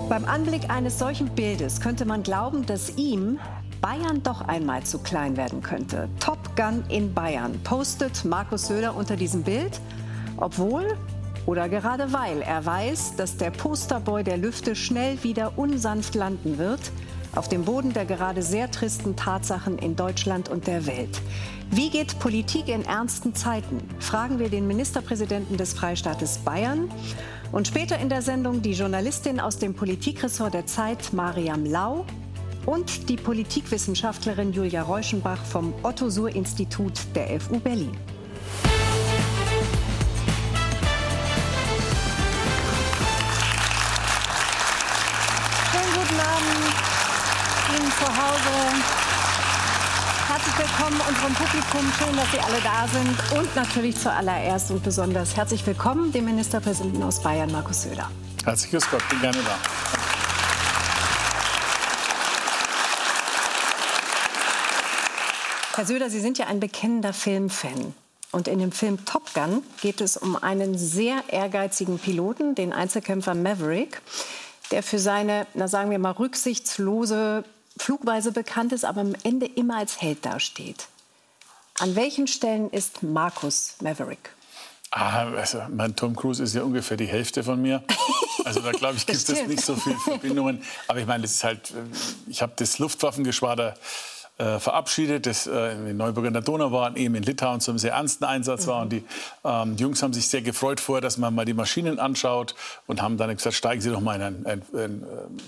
Beim Anblick eines solchen Bildes könnte man glauben, dass ihm Bayern doch einmal zu klein werden könnte. Top Gun in Bayern postet Markus Söder unter diesem Bild, obwohl oder gerade weil er weiß, dass der Posterboy der Lüfte schnell wieder unsanft landen wird, auf dem Boden der gerade sehr tristen Tatsachen in Deutschland und der Welt. Wie geht Politik in ernsten Zeiten? Fragen wir den Ministerpräsidenten des Freistaates Bayern. Und später in der Sendung die Journalistin aus dem Politikressort der Zeit, Mariam Lau, und die Politikwissenschaftlerin Julia Reuschenbach vom Otto-Suhr-Institut der FU Berlin. Schönen guten Abend Ihnen zu Hause. Herzlich willkommen unserem Publikum. Schön, dass Sie alle da sind. Und natürlich zuallererst und besonders herzlich willkommen dem Ministerpräsidenten aus Bayern, Markus Söder. Herzlich grüß Gott, bin gerne da. Herr Söder, Sie sind ja ein bekennender Filmfan. Und in dem Film Top Gun geht es um einen sehr ehrgeizigen Piloten, den Einzelkämpfer Maverick, der für seine, sagen wir mal, rücksichtslose Flugweise bekannt ist, aber am Ende immer als Held dasteht. An welchen Stellen ist Markus Maverick? Also mein Tom Cruise ist ja ungefähr die Hälfte von mir. Also da glaube ich, gibt es nicht so viele Verbindungen. Aber ich meine, das ist halt, ich habe das Luftwaffengeschwader verabschiedet, das in Neuburg an der Donau war, eben in Litauen zum sehr ernsten Einsatz war. Und die Jungs haben sich sehr gefreut vorher, dass man mal die Maschinen anschaut und haben dann gesagt, steigen Sie doch mal in ein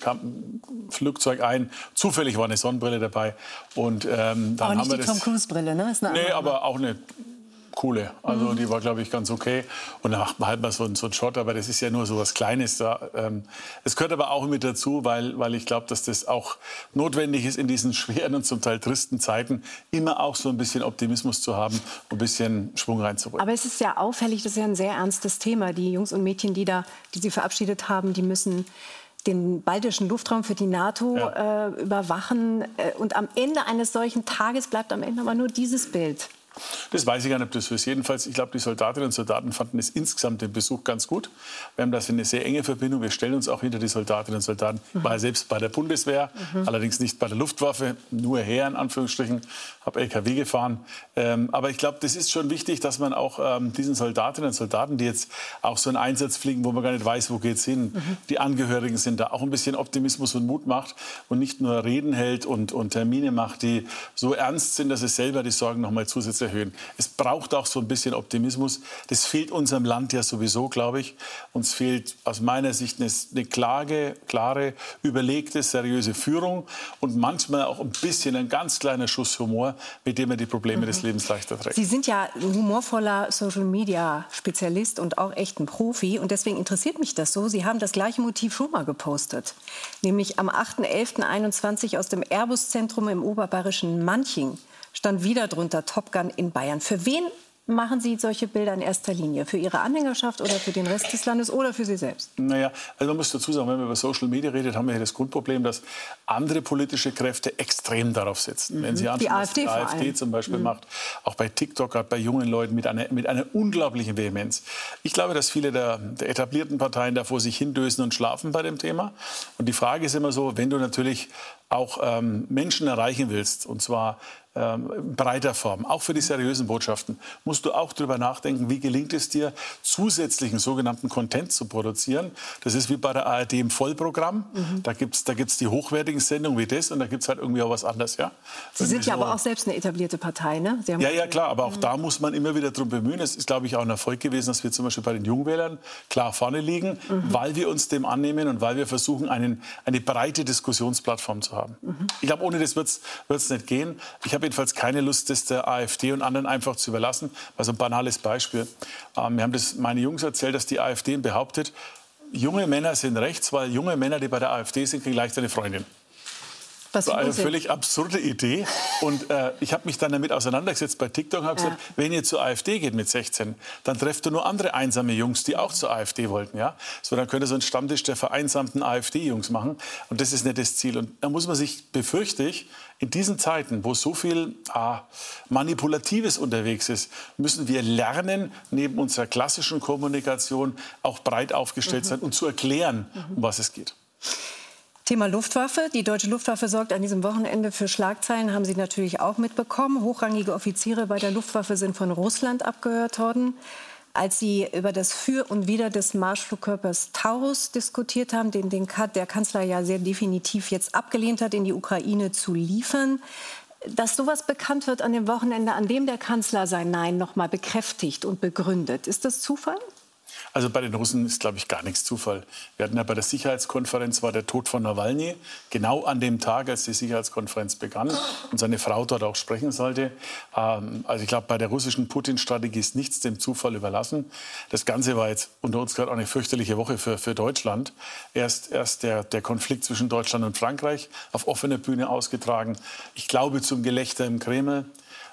Flugzeug ein. Zufällig war eine Sonnenbrille dabei. Und dann aber nicht haben wir die Tom Cruise-Brille, ne? Ist eine nee, aber auch eine coole. Also die war, glaube ich, ganz okay. Und dann macht man halt mal so einen Shot, aber das ist ja nur so was Kleines da. Es gehört aber auch mit dazu, weil ich glaube, dass das auch notwendig ist, in diesen schweren und zum Teil tristen Zeiten immer auch so ein bisschen Optimismus zu haben und ein bisschen Schwung reinzubringen. Aber es ist ja auffällig, das ist ja ein sehr ernstes Thema. Die Jungs und Mädchen, die Sie verabschiedet haben, die müssen den baltischen Luftraum für die NATO überwachen. Und am Ende eines solchen Tages bleibt am Ende aber nur dieses Bild. Das weiß ich gar nicht, ob das so ist. Jedenfalls, ich glaube, die Soldatinnen und Soldaten fanden es insgesamt den Besuch ganz gut. Wir haben da eine sehr enge Verbindung. Wir stellen uns auch hinter die Soldatinnen und Soldaten. Ich war selbst bei der Bundeswehr, allerdings nicht bei der Luftwaffe, nur Heer in Anführungsstrichen, habe LKW gefahren. Aber ich glaube, das ist schon wichtig, dass man auch diesen Soldatinnen und Soldaten, die jetzt auch so einen Einsatz fliegen, wo man gar nicht weiß, wo geht's hin, die Angehörigen sind, da auch ein bisschen Optimismus und Mut macht und nicht nur Reden hält und Termine macht, die so ernst sind, dass es selber die Sorgen noch mal zusätzlich erhöhen. Es braucht auch so ein bisschen Optimismus. Das fehlt unserem Land ja sowieso, glaube ich. Uns fehlt aus meiner Sicht eine klare, überlegte, seriöse Führung und manchmal auch ein bisschen ein ganz kleiner Schuss Humor, mit dem man die Probleme des Lebens leichter trägt. Sie sind ja ein humorvoller Social-Media-Spezialist und auch echt ein Profi. Und deswegen interessiert mich das so. Sie haben das gleiche Motiv schon mal gepostet. Nämlich am 8.11.21 aus dem Airbus-Zentrum im oberbayerischen Manching stand wieder drunter Top Gun in Bayern. Für wen machen Sie solche Bilder in erster Linie? Für Ihre Anhängerschaft oder für den Rest des Landes oder für Sie selbst? Naja, also man muss dazu sagen, wenn man über Social Media redet, haben wir hier das Grundproblem, dass andere politische Kräfte extrem darauf setzen. Wenn Sie anschauen, die AfD, was die AfD zum Beispiel macht, auch bei TikTok, gerade bei jungen Leuten mit einer unglaublichen Vehemenz. Ich glaube, dass viele der etablierten Parteien da vor sich hindösen und schlafen bei dem Thema. Und die Frage ist immer so, wenn du natürlich auch Menschen erreichen willst, und zwar in breiter Form, auch für die seriösen Botschaften, musst du auch darüber nachdenken, wie gelingt es dir, zusätzlichen sogenannten Content zu produzieren. Das ist wie bei der ARD im Vollprogramm. Da gibt's die hochwertigen Sendungen wie das und da gibt es halt irgendwie auch was anderes. Ja? Sie sind ja aber auch selbst eine etablierte Partei, ne? Sie haben ja, klar, aber auch da muss man immer wieder darum bemühen. Es ist, glaube ich, auch ein Erfolg gewesen, dass wir zum Beispiel bei den Jungwählern klar vorne liegen, weil wir uns dem annehmen und weil wir versuchen, eine breite Diskussionsplattform zu haben. Ich glaube, ohne das wird's nicht gehen. Ich habe jedenfalls keine Lust, das der AfD und anderen einfach zu überlassen. Also ein banales Beispiel. Mir haben das meine Jungs erzählt, dass die AfD behauptet, junge Männer sind rechts, weil junge Männer, die bei der AfD sind, kriegen leicht eine Freundin. Das war eine völlig absurde Idee. Und ich habe mich dann damit auseinandergesetzt bei TikTok und habe gesagt, wenn ihr zur AfD geht mit 16, dann trefft ihr nur andere einsame Jungs, die auch zur AfD wollten. Ja? So, dann könnt ihr so einen Stammtisch der vereinsamten AfD-Jungs machen. Und das ist nicht das Ziel. Und da muss man sich, befürchte ich, in diesen Zeiten, wo so viel Manipulatives unterwegs ist, müssen wir lernen, neben unserer klassischen Kommunikation auch breit aufgestellt sein und zu erklären, um was es geht. Thema Luftwaffe. Die deutsche Luftwaffe sorgt an diesem Wochenende für Schlagzeilen, haben Sie natürlich auch mitbekommen. Hochrangige Offiziere bei der Luftwaffe sind von Russland abgehört worden. Als sie über das Für und Wider des Marschflugkörpers Taurus diskutiert haben, den der Kanzler ja sehr definitiv jetzt abgelehnt hat, in die Ukraine zu liefern. Dass sowas bekannt wird an dem Wochenende, an dem der Kanzler sein Nein noch mal bekräftigt und begründet, ist das Zufall? Also bei den Russen ist, glaube ich, gar nichts Zufall. Wir hatten ja bei der Sicherheitskonferenz, war der Tod von Nawalny, genau an dem Tag, als die Sicherheitskonferenz begann und seine Frau dort auch sprechen sollte. Also ich glaube, bei der russischen Putin-Strategie ist nichts dem Zufall überlassen. Das Ganze war jetzt unter uns gerade auch eine fürchterliche Woche für Deutschland. Erst der Konflikt zwischen Deutschland und Frankreich auf offener Bühne ausgetragen. Ich glaube, zum Gelächter im Kreml.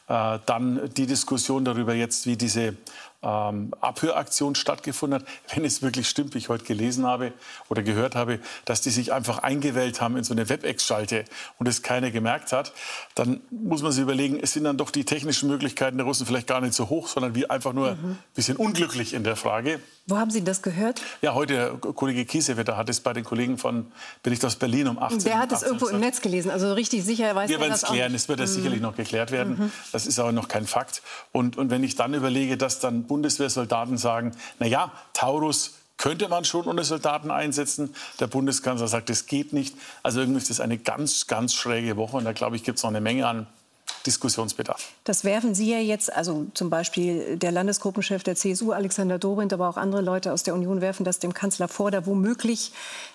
Dann die Diskussion darüber jetzt, wie diese Abhöraktion stattgefunden hat. Wenn es wirklich stimmt, wie ich heute gelesen habe oder gehört habe, dass die sich einfach eingewählt haben in so eine Webex-Schalte und es keiner gemerkt hat, dann muss man sich überlegen, es sind dann doch die technischen Möglichkeiten der Russen vielleicht gar nicht so hoch, sondern wir einfach nur ein bisschen unglücklich in der Frage. Wo haben Sie das gehört? Ja, heute der Kollege Kiesewetter hat es bei den Kollegen von Bericht aus Berlin um 18 Uhr. Der hat es irgendwo im Netz gelesen, also richtig sicher weiß er das auch. Wir werden es klären, es wird sicherlich noch geklärt werden. Das ist aber noch kein Fakt. Und wenn ich dann überlege, dass dann Bundeswehrsoldaten sagen, naja, Taurus könnte man schon ohne Soldaten einsetzen. Der Bundeskanzler sagt, das geht nicht. Also irgendwie ist das eine ganz, ganz schräge Woche. Und da, glaube ich, gibt es noch eine Menge an Diskussionsbedarf. Das werfen Sie ja jetzt, also zum Beispiel der Landesgruppenchef der CSU, Alexander Dobrindt, aber auch andere Leute aus der Union werfen das dem Kanzler vor, da womöglich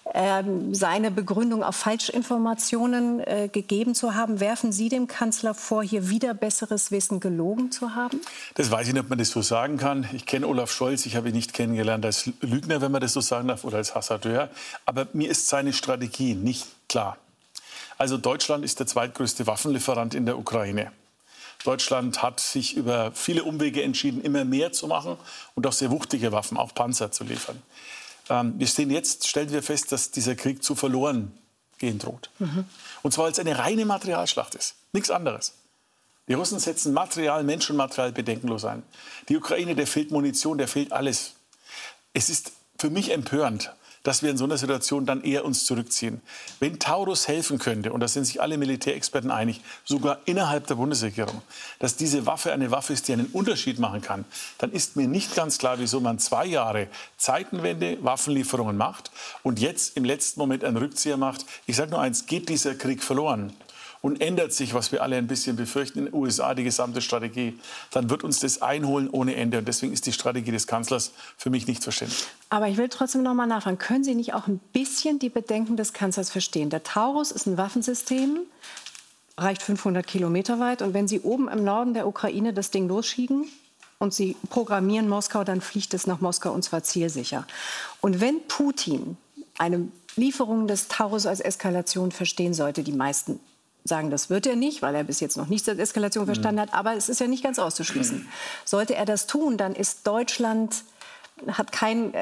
seine Begründung auf Falschinformationen gegeben zu haben. Werfen Sie dem Kanzler vor, hier wieder besseres Wissen gelogen zu haben? Das weiß ich nicht, ob man das so sagen kann. Ich kenne Olaf Scholz, ich habe ihn nicht kennengelernt als Lügner, wenn man das so sagen darf, oder als Hasardeur. Aber mir ist seine Strategie nicht klar. Also Deutschland ist der zweitgrößte Waffenlieferant in der Ukraine. Deutschland hat sich über viele Umwege entschieden, immer mehr zu machen und auch sehr wuchtige Waffen, auch Panzer zu liefern. Wir stellen wir fest, dass dieser Krieg zu verloren gehen droht. Und zwar, weil es eine reine Materialschlacht ist, nichts anderes. Die Russen setzen Material, Menschenmaterial bedenkenlos ein. Die Ukraine, der fehlt Munition, der fehlt alles. Es ist für mich empörend, dass wir in so einer Situation dann eher uns zurückziehen. Wenn Taurus helfen könnte, und da sind sich alle Militärexperten einig, sogar innerhalb der Bundesregierung, dass diese Waffe eine Waffe ist, die einen Unterschied machen kann, dann ist mir nicht ganz klar, wieso man 2 Jahre Zeitenwende, Waffenlieferungen macht und jetzt im letzten Moment einen Rückzieher macht. Ich sage nur eins, geht dieser Krieg verloren und ändert sich, was wir alle ein bisschen befürchten, in den USA die gesamte Strategie, dann wird uns das einholen ohne Ende. Und deswegen ist die Strategie des Kanzlers für mich nicht verständlich. Aber ich will trotzdem noch mal nachfragen. Können Sie nicht auch ein bisschen die Bedenken des Kanzlers verstehen? Der Taurus ist ein Waffensystem, reicht 500 Kilometer weit. Und wenn Sie oben im Norden der Ukraine das Ding losschieben und Sie programmieren Moskau, dann fliegt es nach Moskau und zwar zielsicher. Und wenn Putin eine Lieferung des Taurus als Eskalation verstehen sollte, die meisten sagen, das wird er nicht, weil er bis jetzt noch nichts als Eskalation verstanden hat. Aber es ist ja nicht ganz auszuschließen. Sollte er das tun, dann ist Deutschland, hat kein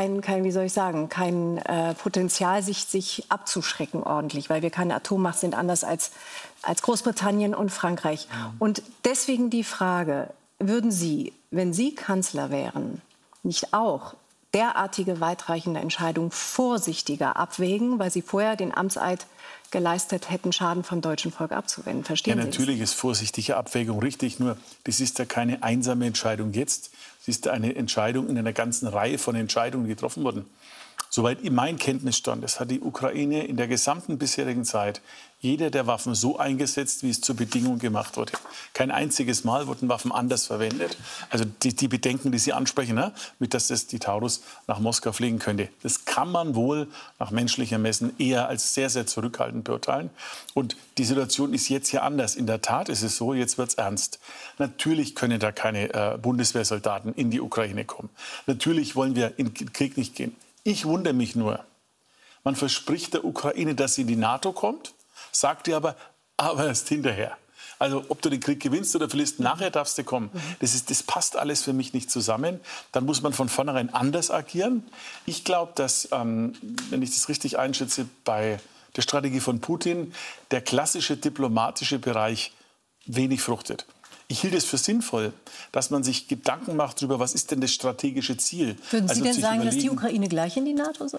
Potenzial, sich abzuschrecken ordentlich, weil wir keine Atommacht sind, anders als Großbritannien und Frankreich. Und deswegen die Frage, würden Sie, wenn Sie Kanzler wären, nicht auch derartige weitreichende Entscheidungen vorsichtiger abwägen, weil Sie vorher den Amtseid geleistet hätten, Schaden vom deutschen Volk abzuwenden? Verstehen Sie das? Ja, natürlich ist vorsichtige Abwägung richtig, nur das ist ja keine einsame Entscheidung jetzt. Es ist eine Entscheidung in einer ganzen Reihe von Entscheidungen, die getroffen wurden. Soweit mein Kenntnisstand ist, hat die Ukraine in der gesamten bisherigen Zeit jede der Waffen so eingesetzt, wie es zur Bedingung gemacht wurde. Kein einziges Mal wurden Waffen anders verwendet. Also die Bedenken, die Sie ansprechen, ne? Mit dass die Taurus nach Moskau fliegen könnte, das kann man wohl nach menschlichem Messen eher als sehr, sehr zurückhaltend beurteilen. Und die Situation ist jetzt hier anders. In der Tat ist es so, jetzt wird es ernst. Natürlich können da keine Bundeswehrsoldaten in die Ukraine kommen. Natürlich wollen wir in den Krieg nicht gehen. Ich wundere mich nur, man verspricht der Ukraine, dass sie in die NATO kommt, sagt ihr aber erst hinterher. Also ob du den Krieg gewinnst oder verlierst, nachher darfst du kommen. Das passt alles für mich nicht zusammen. Dann muss man von vornherein anders agieren. Ich glaube, dass, wenn ich das richtig einschätze, bei der Strategie von Putin der klassische diplomatische Bereich wenig fruchtet. Ich hielt es für sinnvoll, dass man sich Gedanken macht darüber, was ist denn das strategische Ziel. Würden Sie denn sagen, dass die Ukraine gleich in die NATO soll?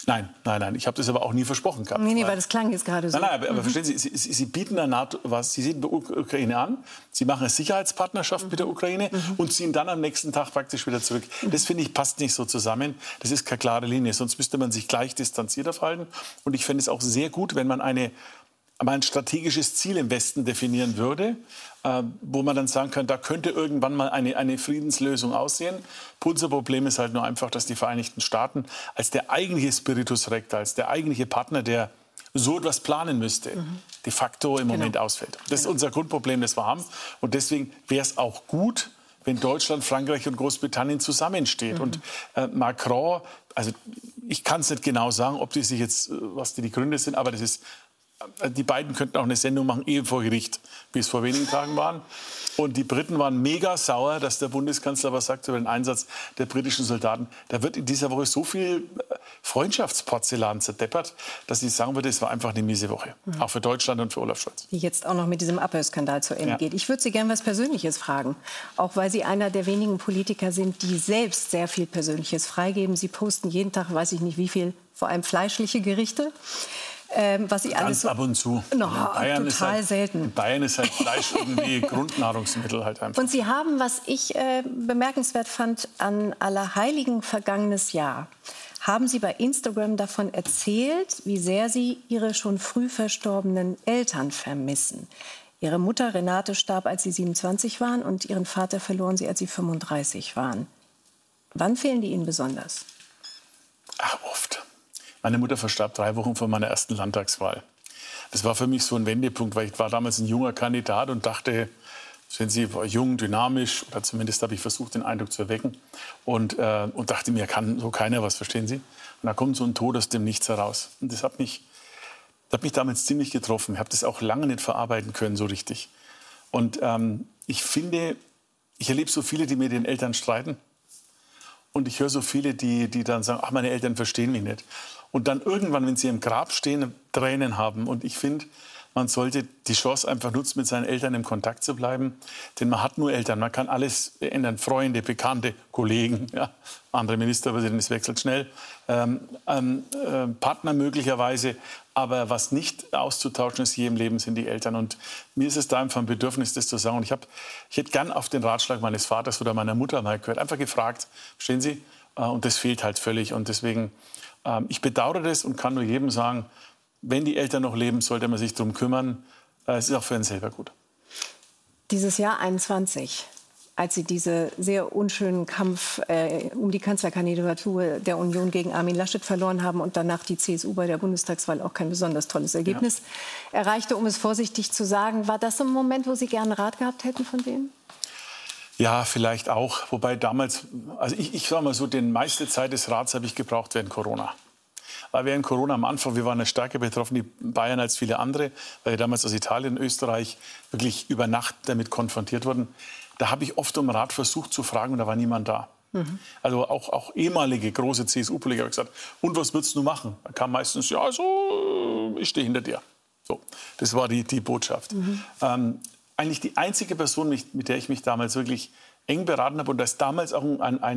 Nein. Ich habe das aber auch nie versprochen gehabt. Nee, weil das klang jetzt gerade so. Nein, aber verstehen Sie, Sie bieten der NATO was, Sie sehen die Ukraine an, Sie machen eine Sicherheitspartnerschaft mit der Ukraine und ziehen dann am nächsten Tag praktisch wieder zurück. Das, finde ich, passt nicht so zusammen. Das ist keine klare Linie, sonst müsste man sich gleich distanziert aufhalten. Und ich fände es auch sehr gut, wenn man ein strategisches Ziel im Westen definieren würde, wo man dann sagen kann, da könnte irgendwann mal eine Friedenslösung aussehen. Unser Problem ist halt nur einfach, dass die Vereinigten Staaten als der eigentliche Spiritus Rector, als der eigentliche Partner, der so etwas planen müsste, de facto im Moment ausfällt. Das ist unser Grundproblem, das wir haben. Und deswegen wäre es auch gut, wenn Deutschland, Frankreich und Großbritannien zusammensteht. Und Macron, also ich kann es nicht genau sagen, ob die sich jetzt, was die Gründe sind, aber das ist, die beiden könnten auch eine Sendung machen, Ehe vor Gericht, wie es vor wenigen Tagen waren. Und die Briten waren mega sauer, dass der Bundeskanzler was sagt über den Einsatz der britischen Soldaten. Da wird in dieser Woche so viel Freundschaftsporzellan zerdeppert, dass ich sagen würde, es war einfach eine miese Woche. Auch für Deutschland und für Olaf Scholz. Die jetzt auch noch mit diesem Abhörskandal zu Ende geht. Ich würde Sie gerne was Persönliches fragen. Auch weil Sie einer der wenigen Politiker sind, die selbst sehr viel Persönliches freigeben. Sie posten jeden Tag, weiß ich nicht wie viel, vor allem fleischliche Gerichte. Was Sie alles Ganz ab und zu. Bayern total halt, selten. In Bayern ist halt Fleisch irgendwie Grundnahrungsmittel halt einfach. Und Sie haben, was ich bemerkenswert fand, an Allerheiligen vergangenes Jahr, haben Sie bei Instagram davon erzählt, wie sehr Sie Ihre schon früh verstorbenen Eltern vermissen. Ihre Mutter Renate starb, als Sie 27 waren, und Ihren Vater verloren Sie, als Sie 35 waren. Wann fehlen die Ihnen besonders? Ach, oft. Meine Mutter verstarb 3 Wochen vor meiner ersten Landtagswahl. Das war für mich so ein Wendepunkt, weil ich war damals ein junger Kandidat und dachte, sind Sie jung, dynamisch, oder zumindest habe ich versucht, den Eindruck zu erwecken. Und dachte mir, kann so keiner was, verstehen Sie? Und da kommt so ein Tod aus dem Nichts heraus. Und das hat mich damals ziemlich getroffen. Ich habe das auch lange nicht verarbeiten können, so richtig. Und ich finde, ich erlebe so viele, die mit den Eltern streiten. Und ich höre so viele, die dann sagen, ach, meine Eltern verstehen mich nicht. Und dann irgendwann, wenn sie im Grab stehen, Tränen haben. Und ich finde, man sollte die Chance einfach nutzen, mit seinen Eltern im Kontakt zu bleiben. Denn man hat nur Eltern, man kann alles ändern. Freunde, Bekannte, Kollegen, ja, andere Ministerpräsidenten, es wechselt schnell. Partner möglicherweise. Aber was nicht auszutauschen ist je im Leben, sind die Eltern. Und mir ist es da einfach ein Bedürfnis, das zu sagen. Und ich hätte gern auf den Ratschlag meines Vaters oder meiner Mutter mal gehört. Einfach gefragt, verstehen Sie? Und das fehlt halt völlig. Und deswegen, ich bedauere das und kann nur jedem sagen, wenn die Eltern noch leben, sollte man sich darum kümmern. Es ist auch für einen selber gut. Dieses Jahr 21, als Sie diesen sehr unschönen Kampf um die Kanzlerkandidatur der Union gegen Armin Laschet verloren haben und danach die CSU bei der Bundestagswahl auch kein besonders tolles Ergebnis erreichte, um es vorsichtig zu sagen. War das so ein Moment, wo Sie gerne Rat gehabt hätten von denen? Ja, vielleicht auch. Wobei damals, also ich sage mal so, die meiste Zeit des Rats habe ich gebraucht während Corona. Weil während Corona am Anfang, wir waren ja stärker betroffen, die Bayern als viele andere, weil wir damals aus Italien und Österreich wirklich über Nacht damit konfrontiert wurden. Da habe ich oft um Rat versucht zu fragen und da war niemand da. Also auch ehemalige große CSU-Politiker haben gesagt, und was würdest du machen? Da kam meistens, ja, so, ich stehe hinter dir. So, das war die Botschaft. Eigentlich die einzige Person, mit der ich mich damals wirklich eng beraten habe, und das damals auch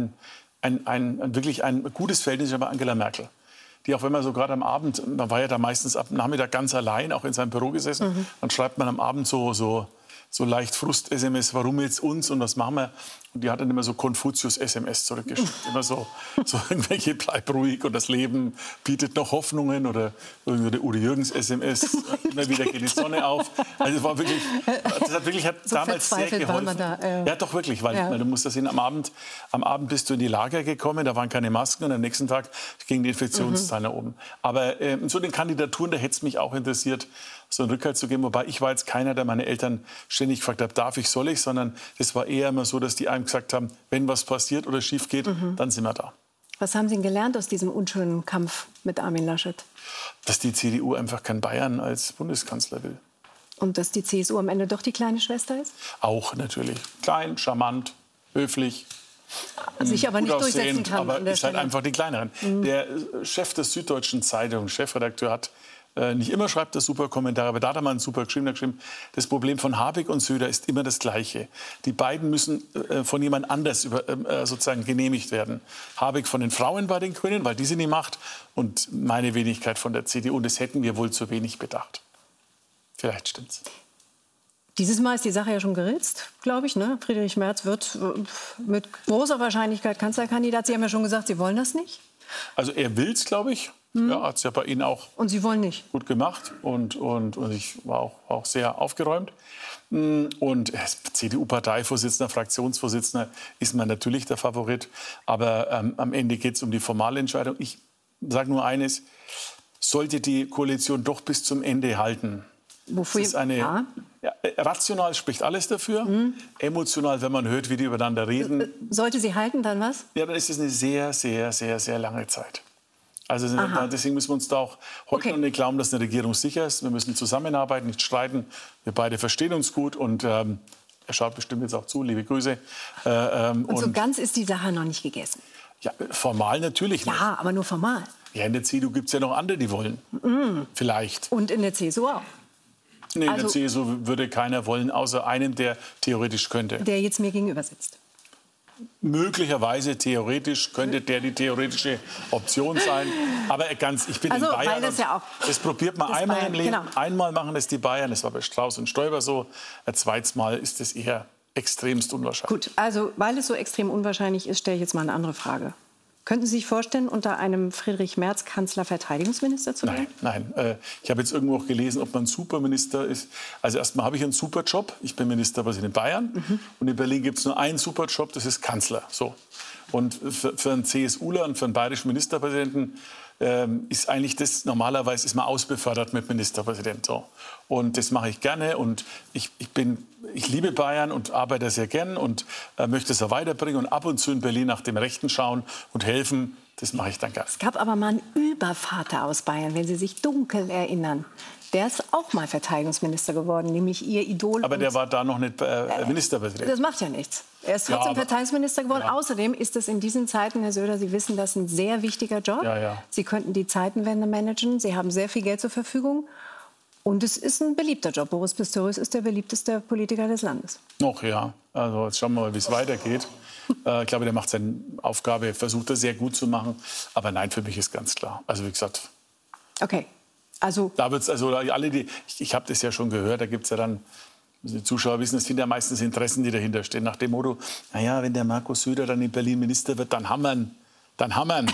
wirklich ein gutes Verhältnis war Angela Merkel. Die, auch wenn man so gerade am Abend, man war ja da meistens ab Nachmittag ganz allein, auch in seinem Büro gesessen, dann schreibt man am Abend so leicht Frust-SMS, warum jetzt uns und was machen wir? Und die hat dann immer so Konfuzius-SMS zurückgeschickt. Immer so irgendwelche, bleib ruhig und das Leben bietet noch Hoffnungen, oder irgendwie der Udi Jürgens-SMS, immer wieder geht die Sonne auf. Also es war wirklich, hat so damals sehr geholfen. Ja, doch wirklich, weil du musst das sehen, am Abend bist du in die Lager gekommen, da waren keine Masken und am nächsten Tag gingen die Infektionszahlen nach oben. Aber in so den Kandidaturen, da hätte es mich auch interessiert, so einen Rückhalt zu geben. Wobei ich war jetzt keiner, der meine Eltern ständig gefragt hat, darf ich, soll ich, sondern es war eher immer so, dass die einem gesagt haben, wenn was passiert oder schief geht, dann sind wir da. Was haben Sie gelernt aus diesem unschönen Kampf mit Armin Laschet? Dass die CDU einfach kein Bayern als Bundeskanzler will. Und dass die CSU am Ende doch die kleine Schwester ist? Auch natürlich. Klein, charmant, höflich. Sich aber nicht durchsetzen kann. Aber ist halt einfach die kleineren. Der Chef der Süddeutschen Zeitung, Chefredakteur, hat Nicht immer schreibt er super Kommentare, aber da hat er mal einen super geschrieben. Das Problem von Habeck und Söder ist immer das Gleiche. Die beiden müssen von jemand anders sozusagen genehmigt werden. Habeck von den Frauen bei den Grünen, weil die sind die Macht, und meine Wenigkeit von der CDU. Und das hätten wir wohl zu wenig bedacht. Vielleicht stimmt's. Dieses Mal ist die Sache ja schon geritzt, glaube ich. Ne? Friedrich Merz wird mit großer Wahrscheinlichkeit Kanzlerkandidat. Sie haben ja schon gesagt, Sie wollen das nicht. Also er will es, glaube ich. Ja, hat es ja bei Ihnen auch und Sie wollen nicht. Gut gemacht. Und ich war auch sehr aufgeräumt. Und als CDU-Parteivorsitzender, Fraktionsvorsitzender ist man natürlich der Favorit. Aber am Ende geht es um die formale Entscheidung. Ich sage nur eines, sollte die Koalition doch bis zum Ende halten. Wofür? Das ist ja, rational spricht alles dafür. Emotional, wenn man hört, wie die übereinander reden. Sollte sie halten, dann was? Ja, dann ist es eine sehr, sehr, sehr, sehr lange Zeit. Also deswegen müssen wir uns da auch heute noch nicht glauben, dass eine Regierung sicher ist. Wir müssen zusammenarbeiten, nicht streiten. Wir beide verstehen uns gut und er schaut bestimmt jetzt auch zu. Liebe Grüße. Und so ganz ist die Sache noch nicht gegessen. Ja, formal natürlich nicht. Ja, aber nur formal. Ja, in der CDU gibt es ja noch andere, die wollen. Vielleicht. Und in der CSU auch. Nee, in der CSU würde keiner wollen, außer einen, der theoretisch könnte. Der jetzt mir gegenüber sitzt. Möglicherweise, theoretisch, könnte der die theoretische Option sein. Aber ich bin in Bayern. Das probiert man einmal im Leben. Genau. Einmal machen es die Bayern. Das war bei Strauß und Stoiber so. Ein zweites Mal ist es eher extremst unwahrscheinlich. Gut, also weil es so extrem unwahrscheinlich ist, stelle ich jetzt mal eine andere Frage. Könnten Sie sich vorstellen, unter einem Friedrich Merz Kanzler-Verteidigungsminister zu werden? Nein. Ich habe jetzt irgendwo auch gelesen, ob man Superminister ist. Also erstmal habe ich einen Superjob. Ich bin Ministerpräsident in Bayern. Und in Berlin gibt es nur einen Superjob, das ist Kanzler. So. Und für einen CSUler und für einen bayerischen Ministerpräsidenten ist eigentlich das, normalerweise ist man ausbefördert mit Ministerpräsident. So. Und das mache ich gerne. Und ich liebe Bayern und arbeite sehr gern und möchte es auch weiterbringen. Und ab und zu in Berlin nach dem Rechten schauen und helfen, das mache ich dann gerne. Es gab aber mal einen Übervater aus Bayern, wenn Sie sich dunkel erinnern. Der ist auch mal Verteidigungsminister geworden, nämlich Ihr Idol. Aber der war da noch nicht Ministerpräsident. Das macht ja nichts. Er ist trotzdem Verteidigungsminister geworden. Ja. Außerdem ist es in diesen Zeiten, Herr Söder, Sie wissen, das ist ein sehr wichtiger Job. Ja. Sie könnten die Zeitenwende managen. Sie haben sehr viel Geld zur Verfügung. Und es ist ein beliebter Job. Boris Pistorius ist der beliebteste Politiker des Landes. Noch, ja. Also jetzt schauen wir mal, wie es weitergeht. Ich glaube, der macht seine Aufgabe, versucht das sehr gut zu machen. Aber nein, für mich ist ganz klar. Also wie gesagt. Okay. Also da wird's, ich habe das ja schon gehört, da gibt es ja dann, die Zuschauer wissen, es sind ja meistens Interessen, die dahinter stehen. Nach dem Motto, naja, wenn der Markus Söder dann in Berlin Minister wird, dann haben wir ihn. Das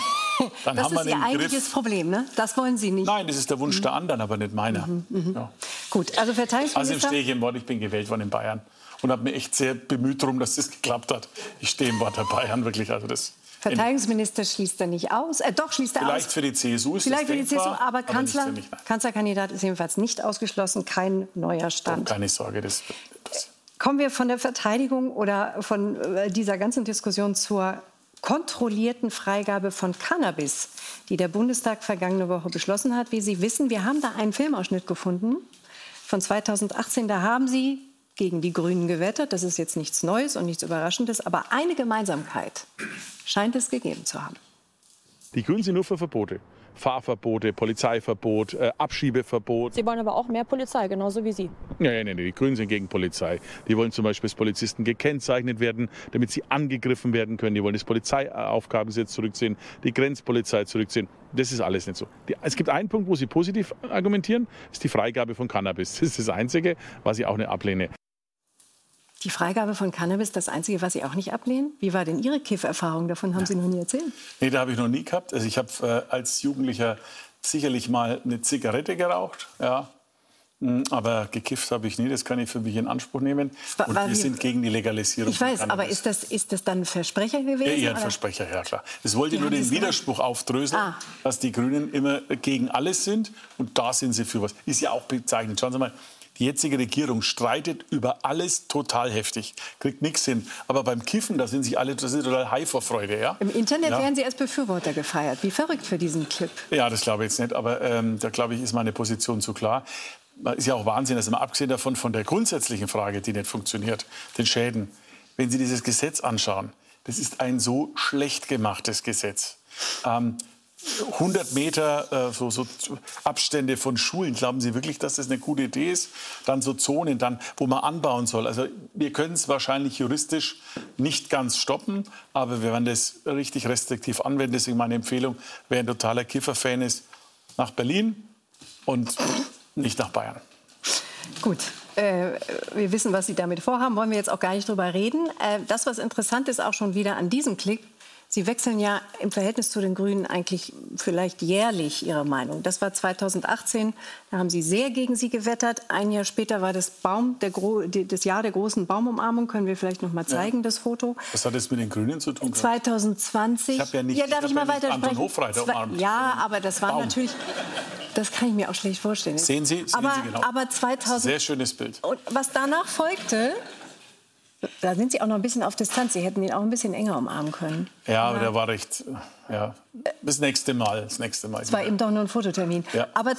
ist Ihr eigentliches Problem, ne? Das wollen Sie nicht. Nein, das ist der Wunsch der anderen, aber nicht meiner. Ja. Gut, also Verteidigungsminister... Also stehe ich im Wort, ich bin gewählt worden in Bayern und habe mich echt sehr bemüht darum, dass das geklappt hat. Ich stehe im Wort der Bayern, wirklich. Also das Verteidigungsminister schließt er nicht aus. Doch, schließt er aus. Vielleicht für die CSU ist Vielleicht das für die CSU, aber nicht Kanzlerkandidat ist jedenfalls nicht ausgeschlossen. Kein neuer Stand. Keine Sorge, das wird passieren. Kommen wir von der Verteidigung oder von dieser ganzen Diskussion zur kontrollierten Freigabe von Cannabis, die der Bundestag vergangene Woche beschlossen hat. Wie Sie wissen, wir haben da einen Filmausschnitt gefunden von 2018. Da haben Sie gegen die Grünen gewettert. Das ist jetzt nichts Neues und nichts Überraschendes. Aber eine Gemeinsamkeit scheint es gegeben zu haben. Die Grünen sind nur für Verbote. Fahrverbote, Polizeiverbot, Abschiebeverbot. Sie wollen aber auch mehr Polizei, genauso wie Sie. Nee, die Grünen sind gegen Polizei. Die wollen zum Beispiel, dass Polizisten gekennzeichnet werden, damit sie angegriffen werden können. Die wollen das Polizeiaufgabengesetz zurückziehen, die Grenzpolizei zurückziehen. Das ist alles nicht so. Es gibt einen Punkt, wo sie positiv argumentieren, das ist die Freigabe von Cannabis. Das ist das Einzige, was ich auch nicht ablehne. Die Freigabe von Cannabis, das Einzige, was Sie auch nicht ablehnen? Wie war denn Ihre Kifferfahrung? Davon haben Sie noch nie erzählt. Nee, da habe ich noch nie gehabt. Also ich habe als Jugendlicher sicherlich mal eine Zigarette geraucht, ja. Aber gekifft habe ich nie, das kann ich für mich in Anspruch nehmen. Und wir sind gegen die Legalisierung. Ich weiß, aber ist das dann ein Versprecher gewesen? Ja, eher ein Versprecher, ja klar. Es wollte nur den Widerspruch aufdröseln, dass die Grünen immer gegen alles sind und da sind sie für was. Ist ja auch bezeichnend. Schauen Sie mal. Die jetzige Regierung streitet über alles total heftig, kriegt nichts hin. Aber beim Kiffen, da sind sich alle total high vor Freude. Ja? Im Internet werden Sie als Befürworter gefeiert. Wie verrückt für diesen Clip. Ja, das glaube ich jetzt nicht. Aber da glaube ich, ist meine Position zu klar. Ist ja auch Wahnsinn, dass mal abgesehen davon von der grundsätzlichen Frage, die nicht funktioniert, den Schäden. Wenn Sie dieses Gesetz anschauen, das ist ein so schlecht gemachtes Gesetz. 100 Meter so Abstände von Schulen. Glauben Sie wirklich, dass das eine gute Idee ist? Dann so Zonen, wo man anbauen soll. Also wir können es wahrscheinlich juristisch nicht ganz stoppen, aber wir werden das richtig restriktiv anwenden. Deswegen meine Empfehlung, wer ein totaler Kiffer-Fan ist, nach Berlin und nicht nach Bayern. Gut, wir wissen, was Sie damit vorhaben, wollen wir jetzt auch gar nicht drüber reden. Das, was interessant ist, auch schon wieder an diesem Klick, Sie wechseln ja im Verhältnis zu den Grünen eigentlich vielleicht jährlich Ihre Meinung. Das war 2018, da haben Sie sehr gegen sie gewettert. Ein Jahr später war das Jahr der großen Baumumarmung. Können wir vielleicht noch mal zeigen, das Foto. Was hat das mit den Grünen zu tun? 2020. Ich habe ja nicht, darf ich mal weitersprechen? Anton Hofreiter umarmt. Ja, aber das war natürlich... Das kann ich mir auch schlecht vorstellen. Sehen Sie genau. Aber 2000... Sehr schönes Bild. Und was danach folgte... Da sind Sie auch noch ein bisschen auf Distanz. Sie hätten ihn auch ein bisschen enger umarmen können. Ja, aber der war recht... Ja. Das nächste Mal. Es war eben doch nur ein Fototermin. Ja. Aber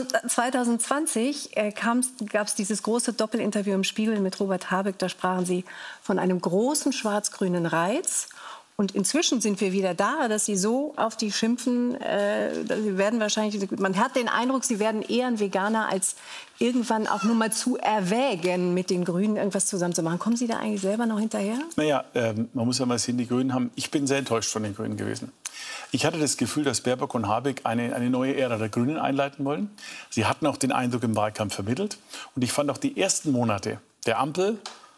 2020 gab es dieses große Doppelinterview im Spiegel mit Robert Habeck. Da sprachen Sie von einem großen schwarz-grünen Reiz. Und inzwischen sind wir wieder da, dass Sie so auf die schimpfen. Sie werden wahrscheinlich, man hat den Eindruck, Sie werden eher ein Veganer, als irgendwann auch nur mal zu erwägen, mit den Grünen irgendwas zusammen zu machen. Kommen Sie da eigentlich selber noch hinterher? Naja, man muss ja mal sehen, die Grünen haben... Ich bin sehr enttäuscht von den Grünen gewesen. Ich hatte das Gefühl, dass Baerbock und Habeck eine neue Ära der Grünen einleiten wollen. Sie hatten auch den Eindruck im Wahlkampf vermittelt. Und ich fand auch die ersten Monate der Ampel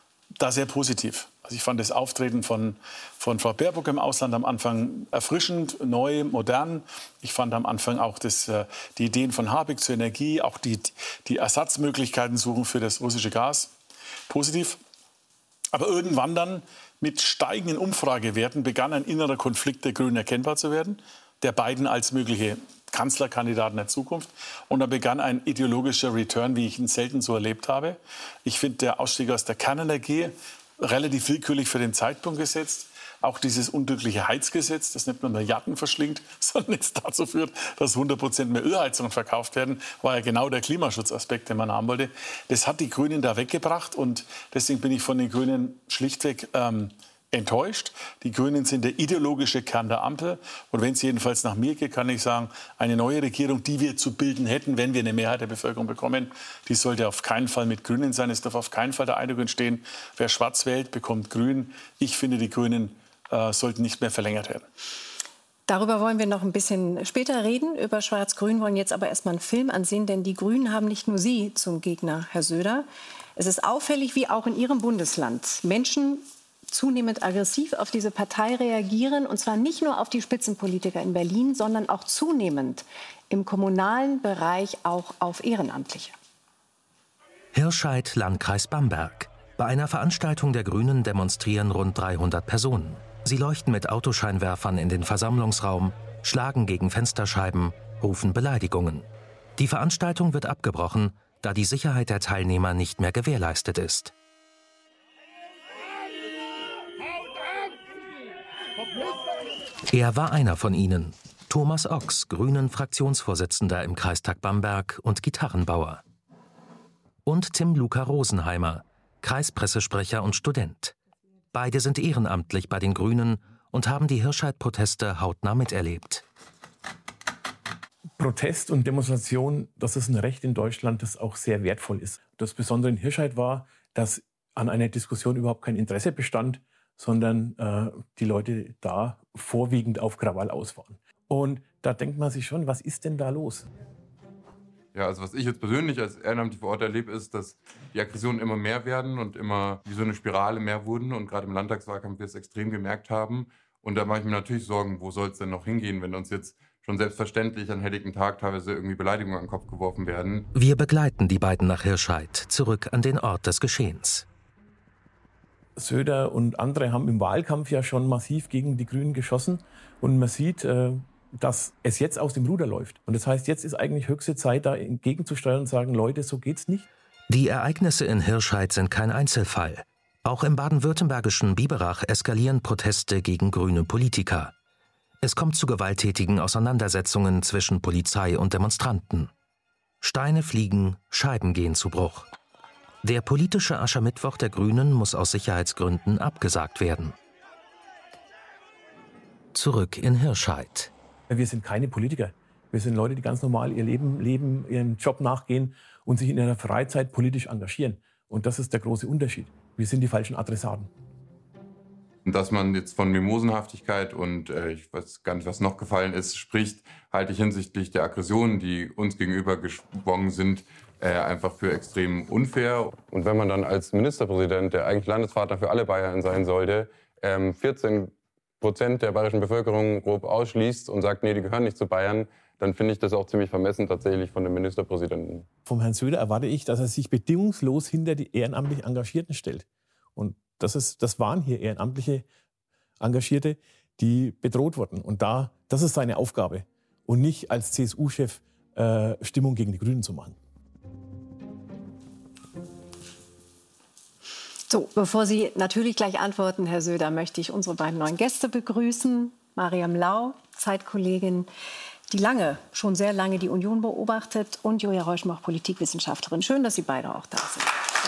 da sehr positiv. Also ich fand das Auftreten von Frau Baerbock im Ausland am Anfang erfrischend, neu, modern. Ich fand am Anfang auch die Ideen von Habeck zur Energie, auch die Ersatzmöglichkeiten suchen für das russische Gas positiv. Aber irgendwann dann mit steigenden Umfragewerten begann ein innerer Konflikt der Grünen erkennbar zu werden, der beiden als mögliche Kanzlerkandidaten der Zukunft. Und da begann ein ideologischer Return, wie ich ihn selten so erlebt habe. Ich finde, der Ausstieg aus der Kernenergie relativ willkürlich für den Zeitpunkt gesetzt. Auch dieses unglückliche Heizgesetz, das nicht nur Milliarden verschlingt, sondern jetzt dazu führt, dass 100% mehr Ölheizungen verkauft werden, war ja genau der Klimaschutzaspekt, den man haben wollte. Das hat die Grünen da weggebracht und deswegen bin ich von den Grünen schlichtweg enttäuscht. Die Grünen sind der ideologische Kern der Ampel. Und wenn es jedenfalls nach mir geht, kann ich sagen, eine neue Regierung, die wir zu bilden hätten, wenn wir eine Mehrheit der Bevölkerung bekommen, die sollte auf keinen Fall mit Grünen sein. Es darf auf keinen Fall der Eindruck entstehen, wer schwarz wählt, bekommt Grün. Ich finde, die Grünen sollten nicht mehr verlängert werden. Darüber wollen wir noch ein bisschen später reden. Über Schwarz-Grün wollen jetzt aber erst mal einen Film ansehen, denn die Grünen haben nicht nur Sie zum Gegner, Herr Söder. Es ist auffällig, wie auch in Ihrem Bundesland Menschen zunehmend aggressiv auf diese Partei reagieren. Und zwar nicht nur auf die Spitzenpolitiker in Berlin, sondern auch zunehmend im kommunalen Bereich auch auf Ehrenamtliche. Hirscheid, Landkreis Bamberg. Bei einer Veranstaltung der Grünen demonstrieren rund 300 Personen. Sie leuchten mit Autoscheinwerfern in den Versammlungsraum, schlagen gegen Fensterscheiben, rufen Beleidigungen. Die Veranstaltung wird abgebrochen, da die Sicherheit der Teilnehmer nicht mehr gewährleistet ist. Er war einer von ihnen, Thomas Ochs, Grünen-Fraktionsvorsitzender im Kreistag Bamberg und Gitarrenbauer. Und Tim Luca Rosenheimer, Kreispressesprecher und Student. Beide sind ehrenamtlich bei den Grünen und haben die Hirscheid-Proteste hautnah miterlebt. Protest und Demonstration, das ist ein Recht in Deutschland, das auch sehr wertvoll ist. Das Besondere in Hirscheid war, dass an einer Diskussion überhaupt kein Interesse bestand, sondern die Leute da vorwiegend auf Krawall aus waren. Und da denkt man sich schon, was ist denn da los? Ja, also was ich jetzt persönlich als ehrenamtlich vor Ort erlebe, ist, dass die Aggressionen immer mehr werden und immer wie so eine Spirale mehr wurden und gerade im Landtagswahlkampf wir es extrem gemerkt haben. Und da mache ich mir natürlich Sorgen, wo soll es denn noch hingehen, wenn uns jetzt schon selbstverständlich an helligen Tag teilweise irgendwie Beleidigungen an den Kopf geworfen werden. Wir begleiten die beiden nach Hirscheid, zurück an den Ort des Geschehens. Söder und andere haben im Wahlkampf ja schon massiv gegen die Grünen geschossen. Und man sieht, dass es jetzt aus dem Ruder läuft. Und das heißt, jetzt ist eigentlich höchste Zeit, da entgegenzusteuern und sagen, Leute, so geht's nicht. Die Ereignisse in Hirscheid sind kein Einzelfall. Auch im baden-württembergischen Biberach eskalieren Proteste gegen grüne Politiker. Es kommt zu gewalttätigen Auseinandersetzungen zwischen Polizei und Demonstranten. Steine fliegen, Scheiben gehen zu Bruch. Der politische Aschermittwoch der Grünen muss aus Sicherheitsgründen abgesagt werden. Zurück in Hirscheid. Wir sind keine Politiker. Wir sind Leute, die ganz normal ihr Leben leben, ihren Job nachgehen und sich in ihrer Freizeit politisch engagieren. Und das ist der große Unterschied. Wir sind die falschen Adressaten. Dass man jetzt von Mimosenhaftigkeit und ich weiß gar nicht, was noch gefallen ist, spricht, halte ich hinsichtlich der Aggressionen, die uns gegenüber geschwungen sind, einfach für extrem unfair. Und wenn man dann als Ministerpräsident, der eigentlich Landesvater für alle Bayern sein sollte, 14% der bayerischen Bevölkerung grob ausschließt und sagt, nee, die gehören nicht zu Bayern, dann finde ich das auch ziemlich vermessen tatsächlich von dem Ministerpräsidenten. Vom Herrn Söder erwarte ich, dass er sich bedingungslos hinter die ehrenamtlich Engagierten stellt. Und das waren hier ehrenamtliche Engagierte, die bedroht wurden. Und das ist seine Aufgabe. Und nicht als CSU-Chef Stimmung gegen die Grünen zu machen. So, bevor Sie natürlich gleich antworten, Herr Söder, möchte ich unsere beiden neuen Gäste begrüßen. Mariam Lau, Zeitkollegin, die schon sehr lange die Union beobachtet, und Julia Reuschmach, Politikwissenschaftlerin. Schön, dass Sie beide auch da sind.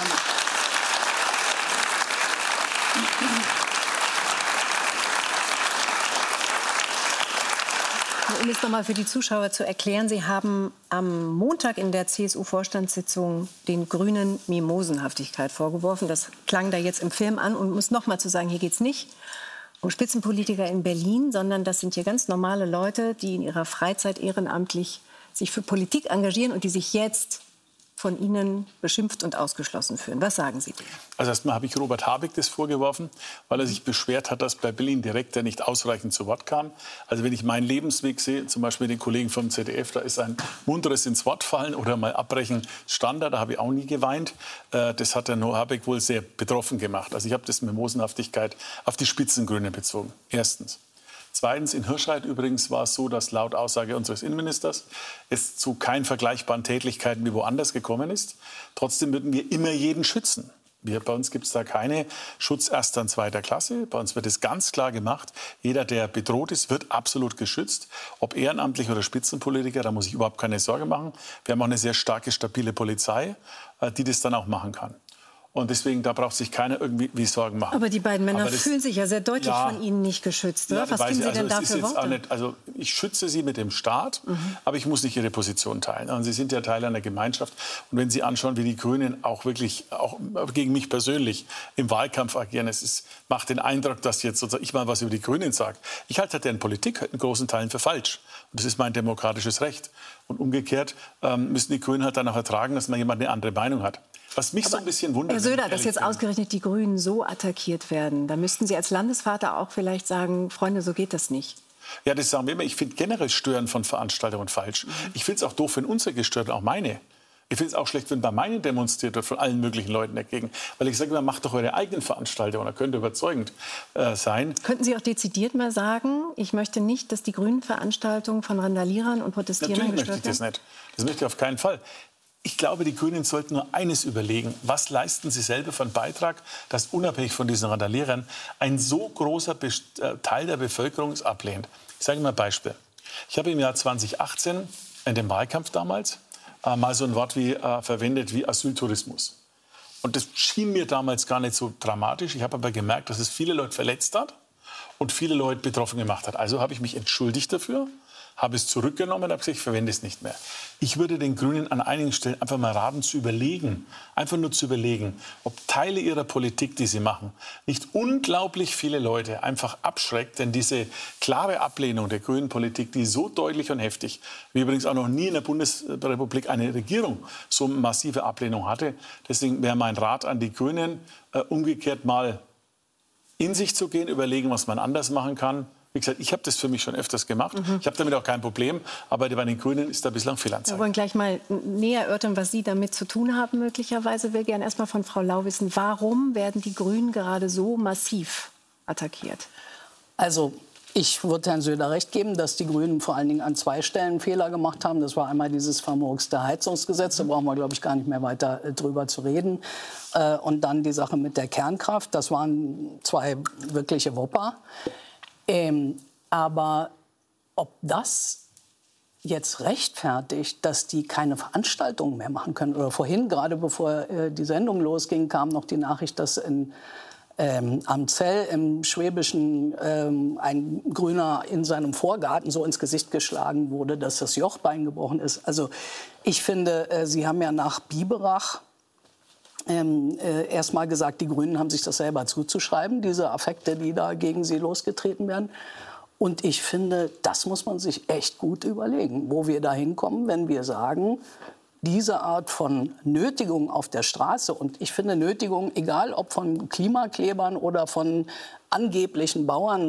Um es nochmal für die Zuschauer zu erklären, Sie haben am Montag in der CSU-Vorstandssitzung den Grünen Mimosenhaftigkeit vorgeworfen. Das klang da jetzt im Film an, und muss nochmal zu sagen, hier geht es nicht um Spitzenpolitiker in Berlin, sondern das sind hier ganz normale Leute, die in ihrer Freizeit ehrenamtlich sich für Politik engagieren und die sich jetzt von Ihnen beschimpft und ausgeschlossen fühlen. Was sagen Sie dem? Also erstmal habe ich Robert Habeck das vorgeworfen, weil er sich beschwert hat, dass bei Berlin Direktor nicht ausreichend zu Wort kam. Also wenn ich meinen Lebensweg sehe, zum Beispiel den Kollegen vom ZDF, da ist ein munteres ins Wort fallen oder mal abbrechen Standard, da habe ich auch nie geweint. Das hat der Habeck wohl sehr betroffen gemacht. Also ich habe das Mimosenhaftigkeit auf die Spitzengrünen bezogen, erstens. Zweitens, in Hirscheid übrigens war es so, dass laut Aussage unseres Innenministers es zu keinen vergleichbaren Tätlichkeiten wie woanders gekommen ist. Trotzdem würden wir immer jeden schützen. Bei uns gibt es da keine Schutz erster und zweiter Klasse. Bei uns wird es ganz klar gemacht, jeder, der bedroht ist, wird absolut geschützt. Ob ehrenamtlich oder Spitzenpolitiker, da muss ich überhaupt keine Sorge machen. Wir haben auch eine sehr starke, stabile Polizei, die das dann auch machen kann. Und deswegen, da braucht sich keiner irgendwie Sorgen machen. Aber die beiden Männer fühlen sich ja sehr deutlich von Ihnen nicht geschützt. Oder? Was geben Sie denn da für Worte? Ich schütze Sie mit dem Staat, aber ich muss nicht Ihre Position teilen. Und Sie sind ja Teil einer Gemeinschaft. Und wenn Sie anschauen, wie die Grünen auch wirklich, auch gegen mich persönlich, im Wahlkampf agieren, macht den Eindruck, dass jetzt sozusagen ich mal was über die Grünen sage. Ich halte deren Politik in großen Teilen für falsch. Und das ist mein demokratisches Recht. Und umgekehrt müssen die Grünen halt dann auch ertragen, dass man jemand eine andere Meinung hat. Was mich so ein bisschen wundert... Herr Söder, dass jetzt ausgerechnet die Grünen so attackiert werden, da müssten Sie als Landesvater auch vielleicht sagen, Freunde, so geht das nicht. Ja, das sagen wir immer. Ich finde generell Stören von Veranstaltungen falsch. Ich finde es auch doof, wenn unsere gestört werden, auch meine. Ich finde es auch schlecht, wenn bei meinen demonstriert wird, von allen möglichen Leuten dagegen. Weil ich sage immer, macht doch eure eigenen Veranstaltungen, da könnte überzeugend sein. Könnten Sie auch dezidiert mal sagen, ich möchte nicht, dass die grünen Veranstaltungen von Randalierern und Protestierern gestört werden? Natürlich möchte ich das nicht. Das möchte ich auf keinen Fall. Ich glaube, die Grünen sollten nur eines überlegen. Was leisten sie selber für einen Beitrag, dass unabhängig von diesen Randalierern ein so großer Teil der Bevölkerung es ablehnt? Ich sage mal ein Beispiel. Ich habe im Jahr 2018, in dem Wahlkampf damals, mal so ein Wort verwendet wie Asyltourismus. Und das schien mir damals gar nicht so dramatisch. Ich habe aber gemerkt, dass es viele Leute verletzt hat und viele Leute betroffen gemacht hat. Also habe ich mich entschuldigt dafür, habe es zurückgenommen und habe gesagt, ich verwende es nicht mehr. Ich würde den Grünen an einigen Stellen einfach mal raten, zu überlegen, einfach nur zu überlegen, ob Teile ihrer Politik, die sie machen, nicht unglaublich viele Leute einfach abschreckt. Denn diese klare Ablehnung der grünen Politik, die so deutlich und heftig, wie übrigens auch noch nie in der Bundesrepublik eine Regierung so massive Ablehnung hatte. Deswegen wäre mein Rat an die Grünen, umgekehrt mal in sich zu gehen, überlegen, was man anders machen kann. Wie gesagt, ich habe das für mich schon öfters gemacht. Ich habe damit auch kein Problem. Aber bei den Grünen ist da bislang Fehlanzeige. Wir wollen gleich mal näher erörtern, was Sie damit zu tun haben möglicherweise. Ich will gerne erst mal von Frau Lau wissen, warum werden die Grünen gerade so massiv attackiert? Also ich würde Herrn Söder recht geben, dass die Grünen vor allen Dingen an 2 Stellen Fehler gemacht haben. Das war einmal dieses vermurkste Heizungsgesetz. Da brauchen wir, glaube ich, gar nicht mehr weiter drüber zu reden. Und dann die Sache mit der Kernkraft. Das waren 2 wirkliche Whopper. Aber ob das jetzt rechtfertigt, dass die keine Veranstaltungen mehr machen können. Oder vorhin, gerade bevor die Sendung losging, kam noch die Nachricht, dass in am Zell im Schwäbischen ein Grüner in seinem Vorgarten so ins Gesicht geschlagen wurde, dass das Jochbein gebrochen ist. Also ich finde, Sie haben ja nach Biberach erst mal gesagt, die Grünen haben sich das selber zuzuschreiben, diese Affekte, die da gegen sie losgetreten werden. Und ich finde, das muss man sich echt gut überlegen, wo wir da hinkommen, wenn wir sagen, diese Art von Nötigung auf der Straße, und ich finde Nötigung, egal ob von Klimaklebern oder von angeblichen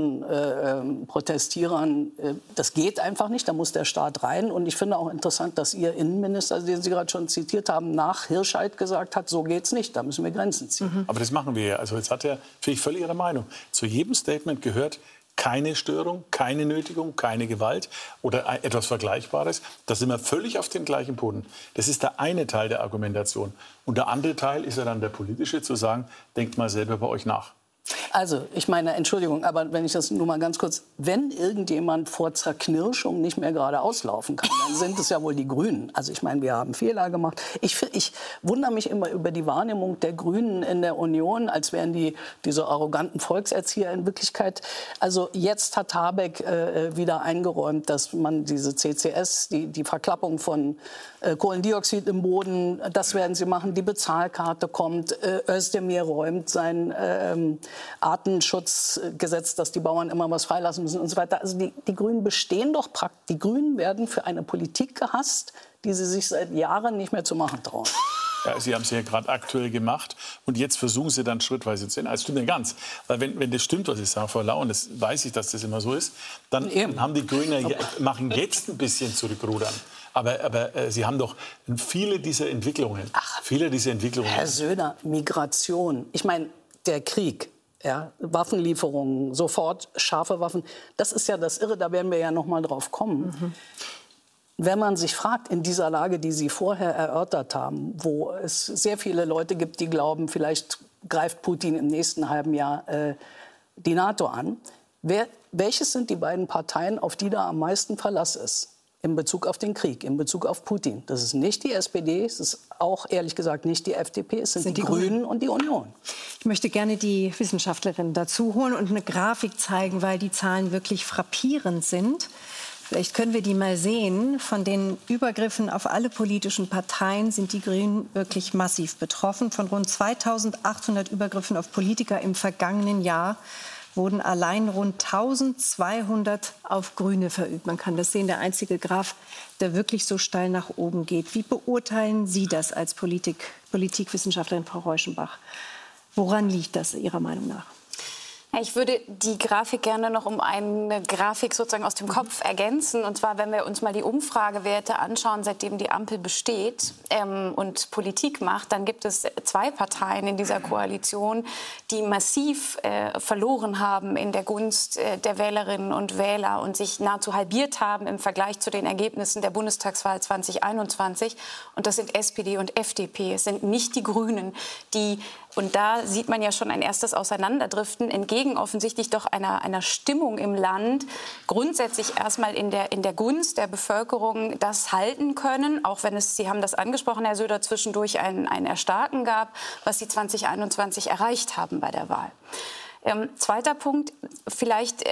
Bauernprotestierern, das geht einfach nicht, da muss der Staat rein. Und ich finde auch interessant, dass Ihr Innenminister, den Sie gerade schon zitiert haben, nach Hirscheid gesagt hat, so geht's nicht, da müssen wir Grenzen ziehen. Aber das machen wir ja. Also jetzt hat er, finde ich, völlig Ihre Meinung. Zu jedem Statement gehört keine Störung, keine Nötigung, keine Gewalt oder etwas Vergleichbares. Da sind wir völlig auf dem gleichen Boden. Das ist der eine Teil der Argumentation. Und der andere Teil ist ja dann der politische, zu sagen, denkt mal selber bei euch nach. Also, ich meine, Entschuldigung, aber wenn ich das nur mal ganz kurz, wenn irgendjemand vor Zerknirschung nicht mehr gerade auslaufen kann, dann sind es ja wohl die Grünen. Also ich meine, wir haben Fehler gemacht. Ich wundere mich immer über die Wahrnehmung der Grünen in der Union, als wären die diese arroganten Volkserzieher in Wirklichkeit. Also jetzt hat Habeck wieder eingeräumt, dass man diese CCS, die Verklappung von Kohlendioxid im Boden, das werden sie machen. Die Bezahlkarte kommt. Özdemir räumt sein Artenschutzgesetz, dass die Bauern immer was freilassen müssen und so weiter. Also die Grünen bestehen doch praktisch. Die Grünen werden für eine Politik gehasst, die sie sich seit Jahren nicht mehr zu machen trauen. Ja, Sie haben es ja gerade aktuell gemacht und jetzt versuchen Sie dann schrittweise zu ändern. Das stimmt nicht ganz. Weil wenn das stimmt, was ich sage, Frau Lau, und das weiß ich, dass das immer so ist, dann haben die Grünen machen jetzt ein bisschen zurückrudern. Aber Sie haben doch viele dieser Entwicklungen. Herr Söder, Migration. Ich meine, der Krieg. Ja, Waffenlieferungen, sofort scharfe Waffen. Das ist ja das Irre, da werden wir ja noch mal drauf kommen. Wenn man sich fragt, in dieser Lage, die Sie vorher erörtert haben, wo es sehr viele Leute gibt, die glauben, vielleicht greift Putin im nächsten halben Jahr die NATO an. Welches sind die beiden Parteien, auf die da am meisten Verlass ist? In Bezug auf den Krieg, in Bezug auf Putin. Das ist nicht die SPD, es ist auch ehrlich gesagt nicht die FDP, es sind die Grünen und die Union. Ich möchte gerne die Wissenschaftlerin dazu holen und eine Grafik zeigen, weil die Zahlen wirklich frappierend sind. Vielleicht können wir die mal sehen. Von den Übergriffen auf alle politischen Parteien sind die Grünen wirklich massiv betroffen. Von rund 2.800 Übergriffen auf Politiker im vergangenen Jahr wurden allein rund 1.200 auf Grüne verübt. Man kann das sehen, der einzige Graph, der wirklich so steil nach oben geht. Wie beurteilen Sie das als Politikwissenschaftlerin, Frau Reuschenbach? Woran liegt das Ihrer Meinung nach? Ich würde die Grafik gerne noch um eine Grafik sozusagen aus dem Kopf ergänzen. Und zwar, wenn wir uns mal die Umfragewerte anschauen, seitdem die Ampel besteht und Politik macht, dann gibt es zwei Parteien in dieser Koalition, die massiv verloren haben in der Gunst der Wählerinnen und Wähler und sich nahezu halbiert haben im Vergleich zu den Ergebnissen der Bundestagswahl 2021. Und das sind SPD und FDP. Es sind nicht die Grünen, die, und da sieht man ja schon ein erstes Auseinanderdriften, entgegen offensichtlich doch einer Stimmung im Land, grundsätzlich erstmal in der Gunst der Bevölkerung das halten können, auch wenn es, Sie haben das angesprochen, Herr Söder, zwischendurch ein Erstarken gab, was Sie 2021 erreicht haben bei der Wahl. Zweiter Punkt, vielleicht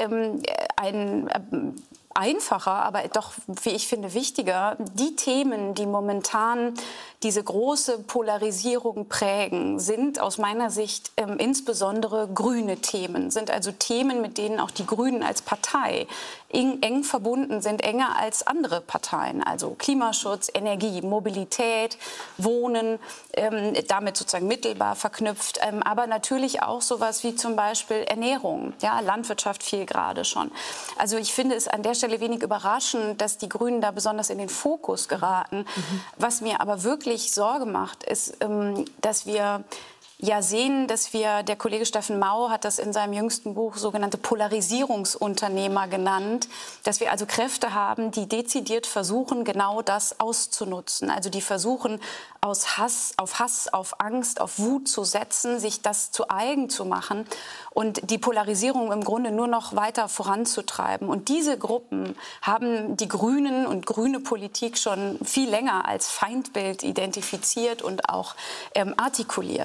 ein einfacher, aber doch, wie ich finde, wichtiger. Die Themen, die momentan diese große Polarisierung prägen, sind aus meiner Sicht insbesondere grüne Themen, sind also Themen, mit denen auch die Grünen als Partei eng verbunden sind, enger als andere Parteien. Also Klimaschutz, Energie, Mobilität, Wohnen, damit sozusagen mittelbar verknüpft, aber natürlich auch sowas wie zum Beispiel Ernährung, ja, Landwirtschaft fiel gerade schon. Also ich finde es an der Stelle wenig überraschend, dass die Grünen da besonders in den Fokus geraten. Was mir aber wirklich Sorge macht, ist, dass wir ja sehen, dass der Kollege Steffen Mau hat das in seinem jüngsten Buch sogenannte Polarisierungsunternehmer genannt, dass wir also Kräfte haben, die dezidiert versuchen, genau das auszunutzen. Also die versuchen, aus Hass, auf Angst, auf Wut zu setzen, sich das zu eigen zu machen und die Polarisierung im Grunde nur noch weiter voranzutreiben. Und diese Gruppen haben die Grünen und grüne Politik schon viel länger als Feindbild identifiziert und auch artikuliert.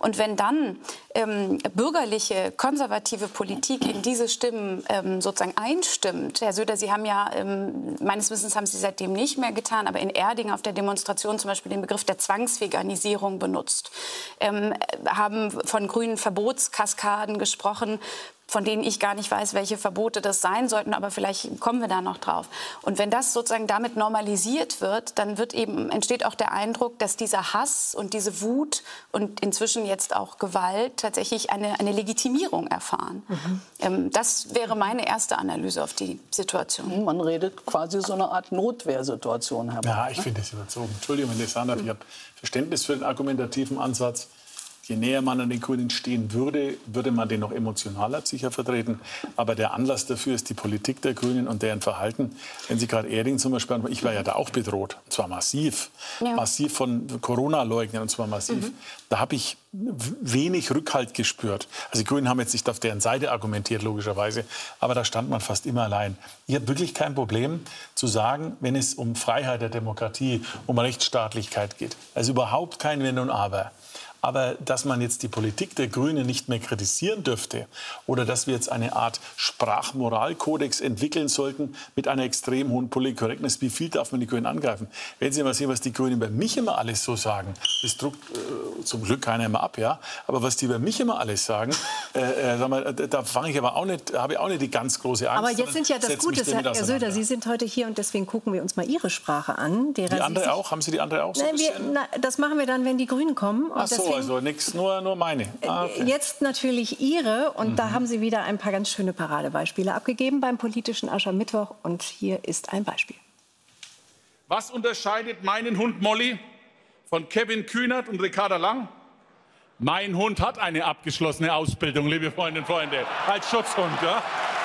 Und wenn dann bürgerliche, konservative Politik in diese Stimmen sozusagen einstimmt, Herr Söder, Sie haben ja, meines Wissens haben Sie seitdem nicht mehr getan, aber in Erding auf der Demonstration zum Beispiel den Begriff der Zwangsveganisierung benutzt, haben von grünen Verbotskaskaden gesprochen, von denen ich gar nicht weiß, welche Verbote das sein sollten, aber vielleicht kommen wir da noch drauf. Und wenn das sozusagen damit normalisiert wird, dann entsteht auch der Eindruck, dass dieser Hass und diese Wut und inzwischen jetzt auch Gewalt tatsächlich eine Legitimierung erfahren. Das wäre meine erste Analyse auf die Situation. Man redet quasi so eine Art Notwehrsituation herbei. Ja, ich finde das überzogen. Entschuldigung, wenn ich sage, ich habe Verständnis für den argumentativen Ansatz. Je näher man an den Grünen stehen würde, würde man den noch emotionaler sicher vertreten. Aber der Anlass dafür ist die Politik der Grünen und deren Verhalten. Wenn Sie gerade Erding zum Beispiel, ich war ja da auch bedroht, und zwar massiv. Ja. Massiv von Corona-Leugnern, und zwar massiv. Da habe ich wenig Rückhalt gespürt. Also die Grünen haben jetzt nicht auf deren Seite argumentiert, logischerweise, aber da stand man fast immer allein. Ich habe wirklich kein Problem zu sagen, wenn es um Freiheit der Demokratie, um Rechtsstaatlichkeit geht. Also überhaupt kein Wenn und Aber. Aber dass man jetzt die Politik der Grünen nicht mehr kritisieren dürfte oder dass wir jetzt eine Art Sprachmoralkodex entwickeln sollten mit einer extrem hohen Politkorrektness, wie viel darf man die Grünen angreifen? Wenn Sie mal sehen, was die Grünen bei mich immer alles so sagen, das druckt zum Glück keiner immer ab, ja. Aber was die bei mich immer alles sagen, da fange ich aber auch nicht, habe ich auch nicht die ganz große Angst. Aber jetzt sind ja das Gute, Herr Söder, Sie sind heute hier und deswegen gucken wir uns mal Ihre Sprache an. Die andere auch? Haben Sie die andere auch so ein bisschen? Das machen wir dann, wenn die Grünen kommen. Ach so, also nichts, nur meine. Okay. Jetzt natürlich Ihre und da haben Sie wieder ein paar ganz schöne Paradebeispiele abgegeben beim politischen Aschermittwoch und hier ist ein Beispiel. Was unterscheidet meinen Hund Molly von Kevin Kühnert und Ricarda Lang? Mein Hund hat eine abgeschlossene Ausbildung, liebe Freundinnen und Freunde, als Schutzhund. Ja?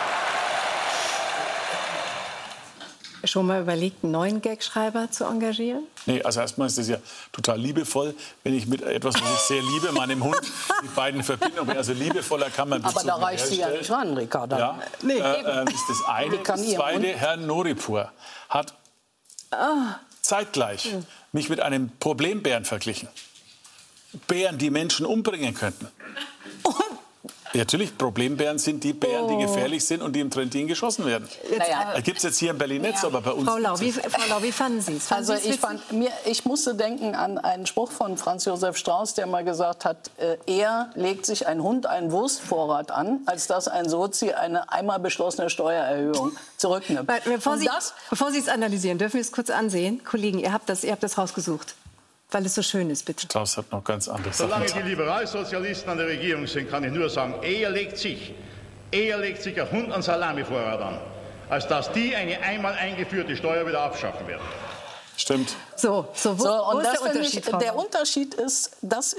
Schon mal überlegt, einen neuen Gagschreiber zu engagieren? Nee, also erstmal ist das ja total liebevoll, wenn ich mit etwas, was ich sehr liebe, meinem Hund, die beiden Verbindungen. Also liebevoller kann man aber da reicht sie ja nicht ran, Ricarda. Ja, ist das eine. Das zweite, Herr Noripur hat zeitgleich mich mit einem Problembären verglichen. Bären, die Menschen umbringen könnten. Ja, natürlich, Problembären sind die Bären, die gefährlich sind und die im Trentin geschossen werden. Gibt es jetzt hier in Berlin nicht, aber bei uns... Frau Lau, wie fanden Sie es? Also ich musste denken an einen Spruch von Franz Josef Strauß, der mal gesagt hat, eher legt sich ein Hund einen Wurstvorrat an, als dass ein Sozi eine einmal beschlossene Steuererhöhung zurücknimmt. Bevor Sie es analysieren, dürfen wir es kurz ansehen? Kollegen, ihr habt das rausgesucht. Weil es so schön ist, bitte. Strauß hat noch ganz anderes. Solange die Liberalsozialisten an der Regierung sind, kann ich nur sagen, eher legt sich ein Hund an Salamivorrat an, als dass die eine einmal eingeführte Steuer wieder abschaffen werden. Stimmt. Wo ist der Unterschied? Der Unterschied ist,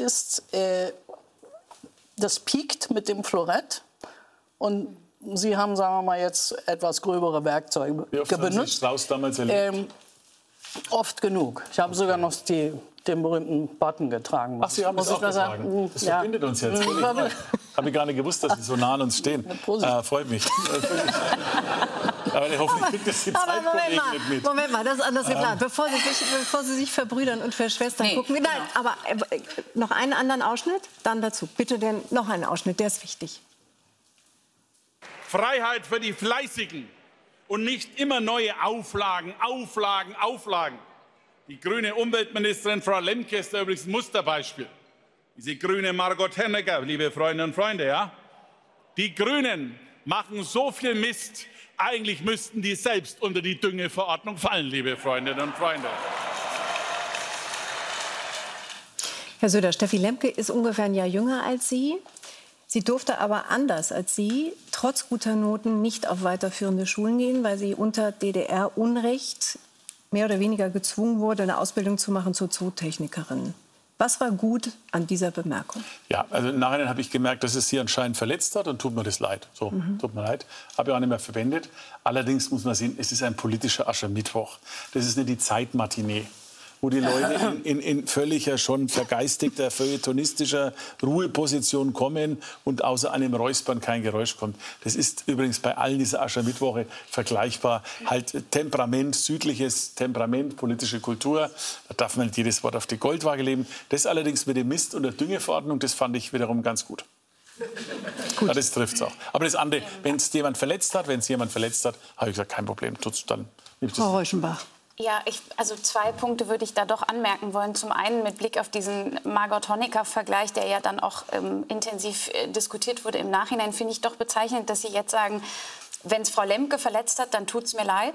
das piekt mit dem Florett und Sie haben, sagen wir mal, jetzt etwas gröbere Werkzeuge benutzt. Haben Sie Strauß damals erlebt? Oft genug. Ich habe sogar noch den berühmten Button getragen. Ach, Sie haben es auch getragen. Das verbindet uns jetzt. Habe ich gar nicht gewusst, dass Sie so nah an uns stehen. Freut mich. Aber hoffentlich kriegt das die Zeitkollegen nicht mit. Moment mal, das ist anders geplant. Bevor Sie sich verbrüdern und verschwestern gucken. Nein, aber noch einen anderen Ausschnitt, dann dazu. Bitte noch einen Ausschnitt, der ist wichtig. Freiheit für die Fleißigen. Und nicht immer neue Auflagen. Die grüne Umweltministerin Frau Lemke ist da übrigens ein Musterbeispiel. Diese grüne Margot Hennecker, liebe Freundinnen und Freunde, ja. Die Grünen machen so viel Mist, eigentlich müssten die selbst unter die Düngeverordnung fallen, liebe Freundinnen und Freunde. Herr Söder, Steffi Lemke ist ungefähr ein Jahr jünger als Sie. Sie durfte aber anders als Sie, trotz guter Noten, nicht auf weiterführende Schulen gehen, weil sie unter DDR-Unrecht mehr oder weniger gezwungen wurde, eine Ausbildung zu machen zur Zootechnikerin. Was war gut an dieser Bemerkung? Ja, also im Nachhinein habe ich gemerkt, dass es sie anscheinend verletzt hat und tut mir das leid. Tut mir leid. Habe ich auch nicht mehr verwendet. Allerdings muss man sehen, es ist ein politischer Aschermittwoch. Das ist nicht die Zeitmatinee, wo die Leute in völliger, schon vergeistigter, feuilletonistischer Ruheposition kommen und außer einem Räuspern kein Geräusch kommt. Das ist übrigens bei allen dieser Aschermittwoche vergleichbar. Halt Temperament, südliches Temperament, politische Kultur. Da darf man nicht jedes Wort auf die Goldwaage legen. Das allerdings mit dem Mist und der Düngeverordnung, das fand ich wiederum ganz gut. Ja, das trifft es auch. Aber das andere, wenn es jemand verletzt hat, habe ich gesagt, kein Problem, tut's dann. Frau Reuschenbach. Ja, also 2 Punkte würde ich da doch anmerken wollen. Zum einen mit Blick auf diesen Margot-Honecker-Vergleich, der ja dann auch intensiv diskutiert wurde im Nachhinein, finde ich doch bezeichnend, dass Sie jetzt sagen, wenn es Frau Lemke verletzt hat, dann tut es mir leid.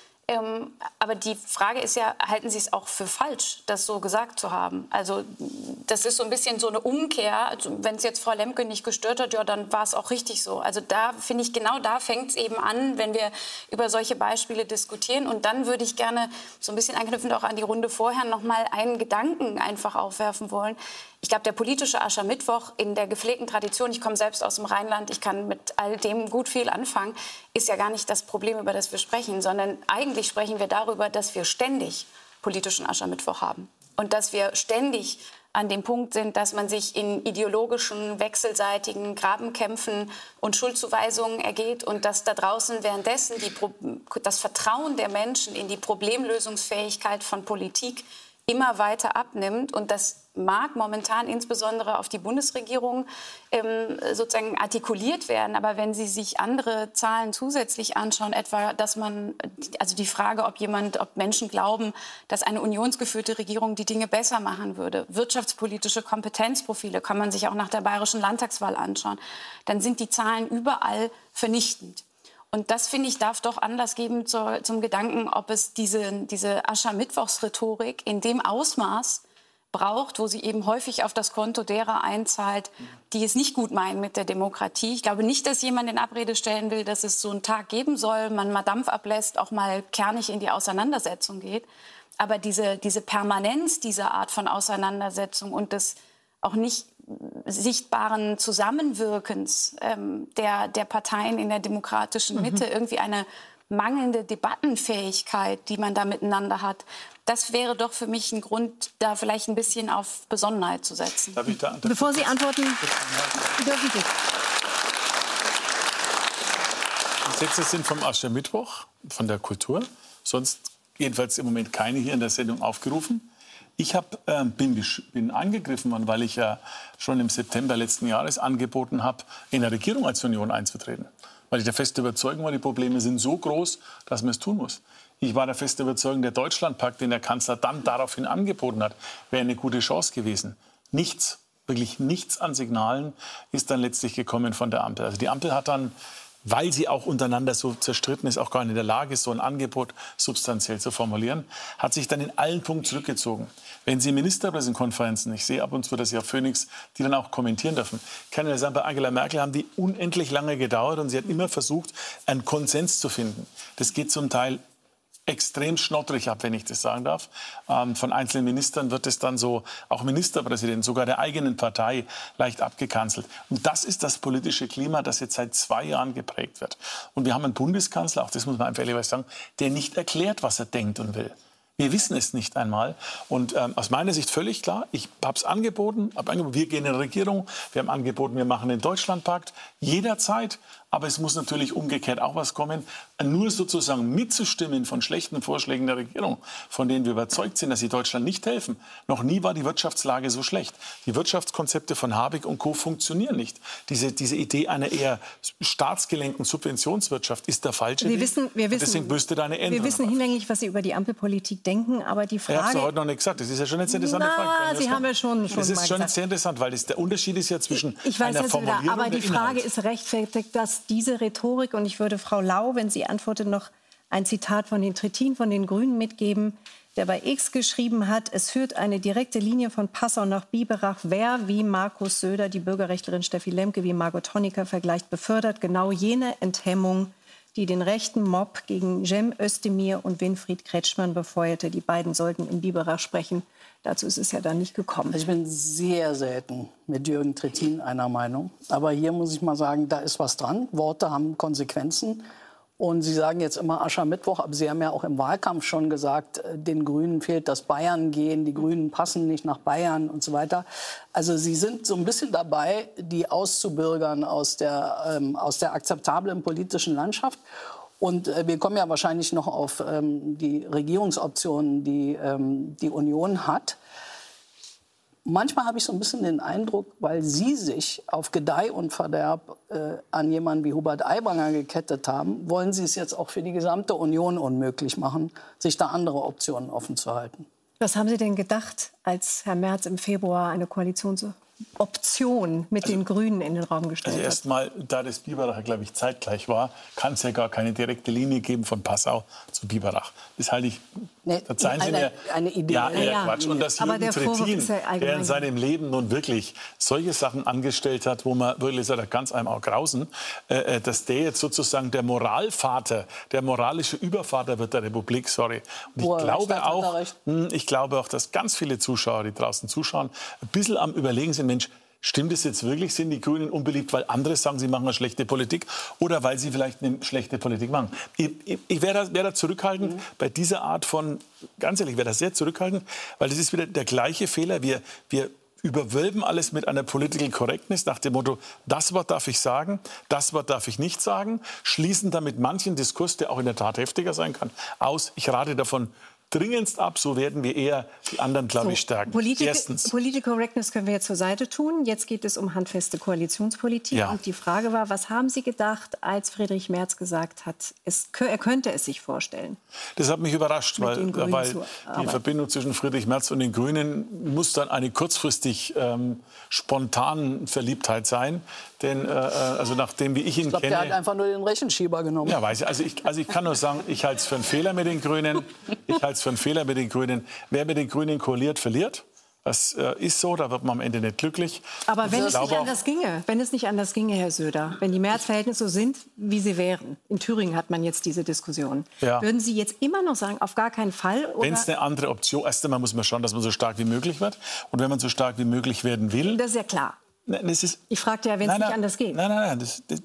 Aber die Frage ist ja, halten Sie es auch für falsch, das so gesagt zu haben? Also das ist so ein bisschen so eine Umkehr. Also, wenn es jetzt Frau Lemke nicht gestört hat, ja, dann war es auch richtig so. Also da finde ich, genau da fängt es eben an, wenn wir über solche Beispiele diskutieren. Und dann würde ich gerne so ein bisschen anknüpfend auch an die Runde vorher noch mal einen Gedanken einfach aufwerfen wollen. Ich glaube, der politische Aschermittwoch in der gepflegten Tradition, ich komme selbst aus dem Rheinland, ich kann mit all dem gut viel anfangen, ist ja gar nicht das Problem, über das wir sprechen, sondern eigentlich sprechen wir darüber, dass wir ständig politischen Aschermittwoch haben und dass wir ständig an dem Punkt sind, dass man sich in ideologischen, wechselseitigen Grabenkämpfen und Schuldzuweisungen ergeht und dass da draußen währenddessen das Vertrauen der Menschen in die Problemlösungsfähigkeit von Politik immer weiter abnimmt. Und das mag momentan insbesondere auf die Bundesregierung sozusagen artikuliert werden. Aber wenn Sie sich andere Zahlen zusätzlich anschauen, etwa, dass man, also die Frage, ob Menschen glauben, dass eine unionsgeführte Regierung die Dinge besser machen würde, wirtschaftspolitische Kompetenzprofile, kann man sich auch nach der bayerischen Landtagswahl anschauen, dann sind die Zahlen überall vernichtend. Und das, finde ich, darf doch Anlass geben zum Gedanken, ob es diese Aschermittwochsrhetorik in dem Ausmaß braucht, wo sie eben häufig auf das Konto derer einzahlt, die es nicht gut meinen mit der Demokratie. Ich glaube nicht, dass jemand in Abrede stellen will, dass es so einen Tag geben soll, man mal Dampf ablässt, auch mal kernig in die Auseinandersetzung geht. Aber diese Permanenz dieser Art von Auseinandersetzung und des auch nicht sichtbaren Zusammenwirkens der Parteien in der demokratischen Mitte, irgendwie eine mangelnde Debattenfähigkeit, die man da miteinander hat, das wäre doch für mich ein Grund, da vielleicht ein bisschen auf Besonnenheit zu setzen. Darf ich da Bevor Sie antworten, dürfen Sie. Die Sätze sind vom Aschermittwoch, von der Kultur. Sonst jedenfalls im Moment keine hier in der Sendung aufgerufen. Ich bin angegriffen worden, weil ich ja schon im September letzten Jahres angeboten habe, in der Regierung als Union einzutreten. Weil ich der festen Überzeugung war, die Probleme sind so groß, dass man es tun muss. Ich war der festen Überzeugung, der Deutschlandpakt, den der Kanzler dann daraufhin angeboten hat, wäre eine gute Chance gewesen. Nichts, wirklich nichts an Signalen ist dann letztlich gekommen von der Ampel. Also die Ampel hat dann, weil sie auch untereinander so zerstritten ist, auch gar nicht in der Lage, so ein Angebot substanziell zu formulieren, hat sich dann in allen Punkten zurückgezogen. Wenn Sie Ministerpräsidentenkonferenzen, ich sehe ab und zu das ja Phoenix, die dann auch kommentieren dürfen, kann ich sagen, bei Angela Merkel haben die unendlich lange gedauert und sie hat immer versucht, einen Konsens zu finden. Das geht zum Teil extrem schnottrig ab, wenn ich das sagen darf. Von einzelnen Ministern wird es dann so, auch Ministerpräsidenten, sogar der eigenen Partei, leicht abgekanzelt. Und das ist das politische Klima, das jetzt seit 2 Jahren geprägt wird. Und wir haben einen Bundeskanzler, auch das muss man einfach ehrlich sagen, der nicht erklärt, was er denkt und will. Wir wissen es nicht einmal. Und aus meiner Sicht völlig klar, ich habe es angeboten, wir gehen in die Regierung, wir haben angeboten, wir machen den Deutschlandpakt, jederzeit. Aber es muss natürlich umgekehrt auch was kommen. Nur sozusagen mitzustimmen von schlechten Vorschlägen der Regierung, von denen wir überzeugt sind, dass sie Deutschland nicht helfen. Noch nie war die Wirtschaftslage so schlecht. Die Wirtschaftskonzepte von Habeck und Co. funktionieren nicht. Diese Idee einer eher staatsgelenkten Subventionswirtschaft ist der falsche Weg. Deswegen müsste da eine Änderung. Wir wissen hinlänglich, was Sie über die Ampelpolitik denken, aber die Frage... Ich habe es heute noch nicht gesagt. Das ist ja schon eine sehr interessante Frage. Sie haben ja schon das ist schon sehr interessant, weil der Unterschied ist ja zwischen einer Formulierung aber die Frage ist rechtfertigt, dass diese Rhetorik, und ich würde Frau Lau, wenn sie antwortet, noch ein Zitat von den Trittin von den Grünen mitgeben, der bei X geschrieben hat, es führt eine direkte Linie von Passau nach Biberach. Wer wie Markus Söder die Bürgerrechtlerin Steffi Lemke wie Margot Honecker vergleicht, befördert genau jene Enthemmung, die den rechten Mob gegen Cem Özdemir und Winfried Kretschmann befeuerte. Die beiden sollten in Biberach sprechen. Dazu ist es ja dann nicht gekommen. Ich bin sehr selten mit Jürgen Trittin einer Meinung. Aber hier muss ich mal sagen, da ist was dran. Worte haben Konsequenzen. Und Sie sagen jetzt immer Aschermittwoch, aber Sie haben ja auch im Wahlkampf schon gesagt, den Grünen fehlt das Bayern-Gehen, die Grünen passen nicht nach Bayern und so weiter. Also Sie sind so ein bisschen dabei, die auszubürgern aus der akzeptablen politischen Landschaft. Und wir kommen ja wahrscheinlich noch auf die Regierungsoptionen, die die Union hat. Manchmal habe ich so ein bisschen den Eindruck, weil Sie sich auf Gedeih und Verderb an jemanden wie Hubert Aiwanger gekettet haben, wollen Sie es jetzt auch für die gesamte Union unmöglich machen, sich da andere Optionen offen zu halten. Was haben Sie denn gedacht, als Herr Merz im Februar eine Koalitionsoption mit den Grünen in den Raum gestellt hat? Also erstmal, da das Biberacher, glaube ich, zeitgleich war, kann es ja gar keine direkte Linie geben von Passau zu Biberach. Das halte ich, verzeihen Sie mir, eine Idee. Ja, Quatsch. Und dass Jürgen Trittin, ja der in seinem Leben nun wirklich solche Sachen angestellt hat, wo man wirklich sagt, da kann es einem auch grausen, dass der jetzt sozusagen der Moralvater, der moralische Übervater wird der Republik, sorry. Und ich glaube auch, dass ganz viele Zuschauer, die draußen zuschauen, ein bisschen am Überlegen sind, Mensch, stimmt es jetzt wirklich? Sind die Grünen unbeliebt, weil andere sagen, sie machen eine schlechte Politik oder weil sie vielleicht eine schlechte Politik machen? Ich wäre da zurückhaltend bei dieser Art von, ganz ehrlich, ich wäre da sehr zurückhaltend, weil das ist wieder der gleiche Fehler. Wir überwölben alles mit einer Political Correctness nach dem Motto, das Wort darf ich sagen, das Wort darf ich nicht sagen, schließen damit manchen Diskurs, der auch in der Tat heftiger sein kann, aus. Ich rate davon dringendst ab, so werden wir eher die anderen, glaube ich, stärken. Political Correctness können wir jetzt zur Seite tun. Jetzt geht es um handfeste Koalitionspolitik. Ja. Und die Frage war, was haben Sie gedacht, als Friedrich Merz gesagt hat, er könnte es sich vorstellen? Das hat mich überrascht, weil die Verbindung zwischen Friedrich Merz und den Grünen muss dann eine kurzfristig spontan Verliebtheit sein. Denn also nachdem wie ich ihn kenne... Der hat einfach nur den Rechenschieber genommen. Ja, weiß ich. Also ich kann nur sagen, ich halte es für einen Fehler mit den Grünen. Wer mit den Grünen koaliert, verliert. Das ist so, da wird man am Ende nicht glücklich. Aber wenn es nicht anders ginge, Herr Söder, wenn die Märzverhältnisse so sind, wie sie wären, in Thüringen hat man jetzt diese Diskussion, würden Sie jetzt immer noch sagen, auf gar keinen Fall? Wenn es eine andere Option, erst einmal muss man schauen, dass man so stark wie möglich wird. Und wenn man so stark wie möglich werden will... Das ist ja klar. Ich fragte ja, wenn es nicht anders geht. Nein.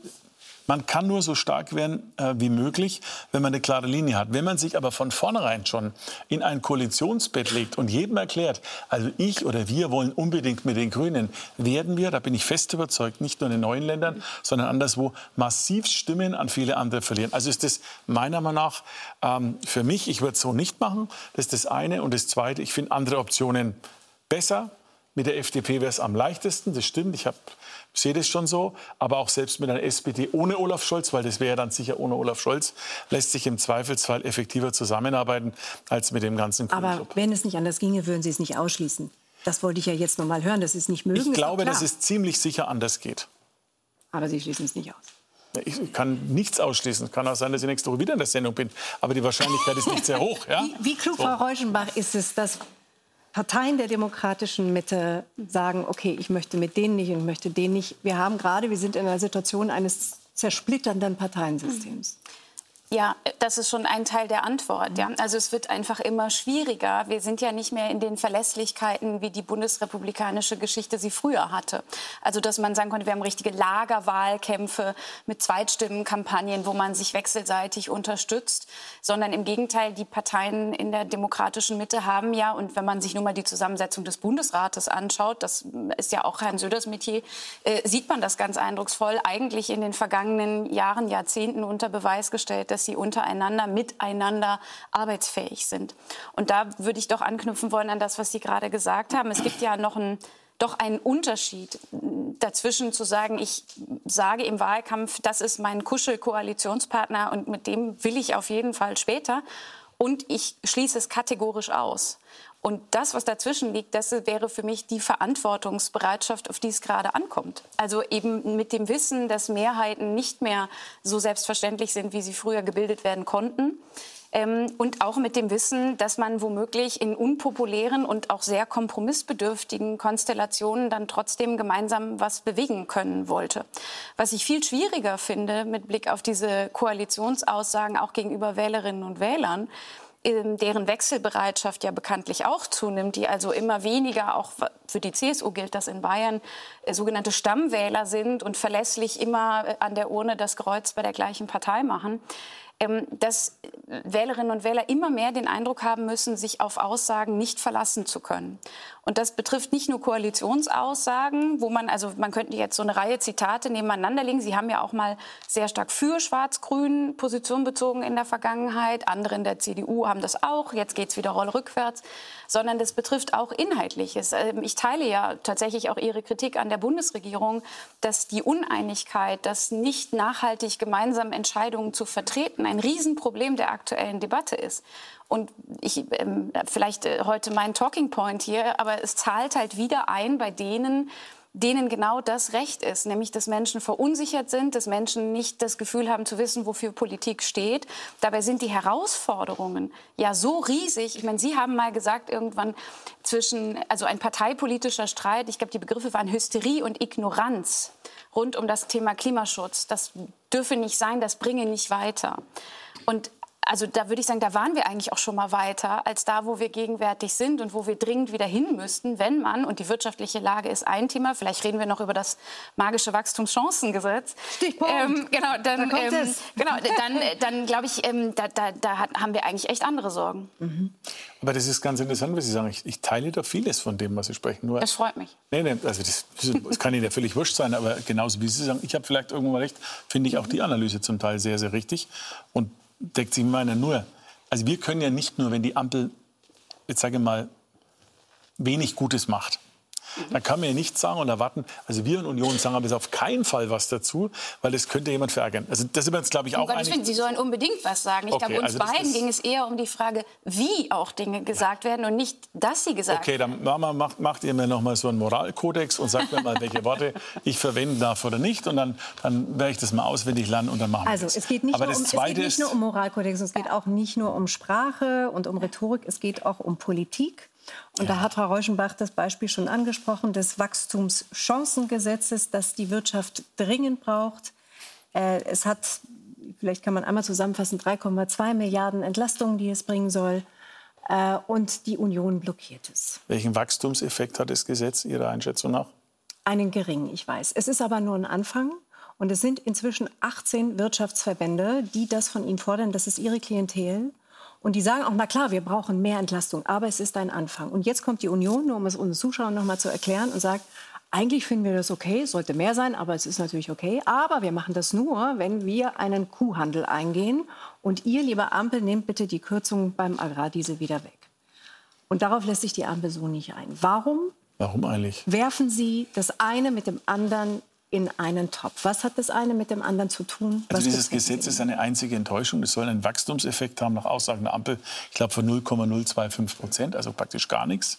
Man kann nur so stark werden wie möglich, wenn man eine klare Linie hat. Wenn man sich aber von vornherein schon in ein Koalitionsbett legt und jedem erklärt, also ich oder wir wollen unbedingt mit den Grünen, werden wir, da bin ich fest überzeugt, nicht nur in den neuen Ländern, sondern anderswo massiv Stimmen an viele andere verlieren. Also ist das meiner Meinung nach für mich, ich würde es so nicht machen. Das ist das eine. Und das Zweite, ich finde andere Optionen besser. Mit der FDP wäre es am leichtesten, das stimmt, ich sehe das schon so. Aber auch selbst mit einer SPD ohne Olaf Scholz, weil das wäre ja dann sicher ohne Olaf Scholz, lässt sich im Zweifelsfall effektiver zusammenarbeiten als mit dem ganzen Grünen. Aber wenn es nicht anders ginge, würden Sie es nicht ausschließen. Das wollte ich ja jetzt noch mal hören, dass Sie es nicht mögen. Ich glaube, dass es ziemlich sicher anders geht. Aber Sie schließen es nicht aus. Ich kann nichts ausschließen. Es kann auch sein, dass ich nächste Woche wieder in der Sendung bin. Aber die Wahrscheinlichkeit ist nicht sehr hoch. Ja? Wie klug, Frau Reuschenbach, ist es, dass Parteien der demokratischen Mitte sagen, okay, ich möchte mit denen nicht und möchte den nicht. Wir sind in einer Situation eines zersplitternden Parteiensystems. Ja, das ist schon ein Teil der Antwort. Ja. Also es wird einfach immer schwieriger. Wir sind ja nicht mehr in den Verlässlichkeiten, wie die bundesrepublikanische Geschichte sie früher hatte. Also dass man sagen konnte, wir haben richtige Lagerwahlkämpfe mit Zweitstimmenkampagnen, wo man sich wechselseitig unterstützt. Sondern im Gegenteil, die Parteien in der demokratischen Mitte haben ja, und wenn man sich nun mal die Zusammensetzung des Bundesrates anschaut, das ist ja auch Herrn Söders Metier, sieht man das ganz eindrucksvoll, eigentlich in den vergangenen Jahren, Jahrzehnten unter Beweis gestellt, dass sie untereinander, miteinander arbeitsfähig sind. Und da würde ich doch anknüpfen wollen an das, was Sie gerade gesagt haben. Es gibt ja noch einen Unterschied dazwischen zu sagen, ich sage im Wahlkampf, das ist mein Kuschel-Koalitionspartner und mit dem will ich auf jeden Fall später. Und ich schließe es kategorisch aus. Und das, was dazwischen liegt, das wäre für mich die Verantwortungsbereitschaft, auf die es gerade ankommt. Also eben mit dem Wissen, dass Mehrheiten nicht mehr so selbstverständlich sind, wie sie früher gebildet werden konnten. Und auch mit dem Wissen, dass man womöglich in unpopulären und auch sehr kompromissbedürftigen Konstellationen dann trotzdem gemeinsam was bewegen können wollte. Was ich viel schwieriger finde mit Blick auf diese Koalitionsaussagen auch gegenüber Wählerinnen und Wählern, deren Wechselbereitschaft ja bekanntlich auch zunimmt, die also immer weniger, auch für die CSU gilt das in Bayern, sogenannte Stammwähler sind und verlässlich immer an der Urne das Kreuz bei der gleichen Partei machen, dass Wählerinnen und Wähler immer mehr den Eindruck haben müssen, sich auf Aussagen nicht verlassen zu können. Und das betrifft nicht nur Koalitionsaussagen, wo man könnte jetzt so eine Reihe Zitate nebeneinander legen. Sie haben ja auch mal sehr stark für Schwarz-Grün Position bezogen in der Vergangenheit. Andere in der CDU haben das auch. Jetzt geht es wieder rollrückwärts. Sondern das betrifft auch Inhaltliches. Ich teile ja tatsächlich auch Ihre Kritik an der Bundesregierung, dass die Uneinigkeit, dass nicht nachhaltig gemeinsam Entscheidungen zu vertreten, ein Riesenproblem der aktuellen Debatte ist. Und vielleicht heute mein Talking Point hier, aber es zahlt halt wieder ein bei denen genau das Recht ist, nämlich dass Menschen verunsichert sind, dass Menschen nicht das Gefühl haben zu wissen, wofür Politik steht. Dabei sind die Herausforderungen ja so riesig. Ich meine, Sie haben mal gesagt irgendwann also ein parteipolitischer Streit, ich glaube, die Begriffe waren Hysterie und Ignoranz rund um das Thema Klimaschutz. Das dürfe nicht sein, das bringe nicht weiter. Und also da würde ich sagen, da waren wir eigentlich auch schon mal weiter als da, wo wir gegenwärtig sind und wo wir dringend wieder hin müssten, wenn man, und die wirtschaftliche Lage ist ein Thema, vielleicht reden wir noch über das magische Wachstumschancengesetz. Stichpunkt. Dann glaube ich, da haben wir eigentlich echt andere Sorgen. Mhm. Aber das ist ganz interessant, was Sie sagen. Ich teile da vieles von dem, was Sie sprechen. Nur, das freut mich. Nee, also das kann Ihnen ja völlig wurscht sein, aber genauso wie Sie sagen, ich habe vielleicht irgendwo mal recht, finde ich auch die Analyse zum Teil sehr, sehr richtig. Und deckt sich mit meiner nur. Also wir können ja nicht nur, wenn die Ampel, jetzt sage ich mal, wenig Gutes macht, da kann man ja nichts sagen und erwarten. Also wir in Union sagen aber auf keinen Fall was dazu, weil das könnte jemand verärgern. Also das sind wir uns, glaube ich, auch einig. Sie sollen unbedingt was sagen. Ich glaube, uns beiden ging es eher um die Frage, wie auch Dinge gesagt werden und nicht, dass sie gesagt werden. Okay, dann macht ihr mir noch mal so einen Moralkodex und sagt mir mal, welche Worte ich verwenden darf oder nicht. Und dann werde ich das mal auswendig lernen und dann machen wir das. Also es geht nicht nur um Moralkodex, es geht auch nicht nur um Sprache und um Rhetorik, es geht auch um Politik. Und da hat Frau Reuschenbach das Beispiel schon angesprochen, des Wachstumschancengesetzes, das die Wirtschaft dringend braucht. Es hat, vielleicht kann man einmal zusammenfassen, 3,2 Milliarden Entlastungen, die es bringen soll. Und die Union blockiert es. Welchen Wachstumseffekt hat das Gesetz Ihrer Einschätzung nach? Einen geringen, ich weiß. Es ist aber nur ein Anfang. Und es sind inzwischen 18 Wirtschaftsverbände, die das von Ihnen fordern. Das ist Ihre Klientel. Und die sagen auch, na klar, wir brauchen mehr Entlastung, aber es ist ein Anfang. Und jetzt kommt die Union, nur um es unseren Zuschauern noch mal zu erklären, und sagt, eigentlich finden wir das okay, es sollte mehr sein, aber es ist natürlich okay. Aber wir machen das nur, wenn wir einen Kuhhandel eingehen. Und ihr, liebe Ampel, nehmt bitte die Kürzung beim Agrardiesel wieder weg. Und darauf lässt sich die Ampel so nicht ein. Warum eigentlich? Werfen Sie das eine mit dem anderen in einen Topf? Was hat das eine mit dem anderen zu tun? Also dieses Gesetz ist eine einzige Enttäuschung. Es soll einen Wachstumseffekt haben, nach Aussagen der Ampel, ich glaube von 0,025%, also praktisch gar nichts.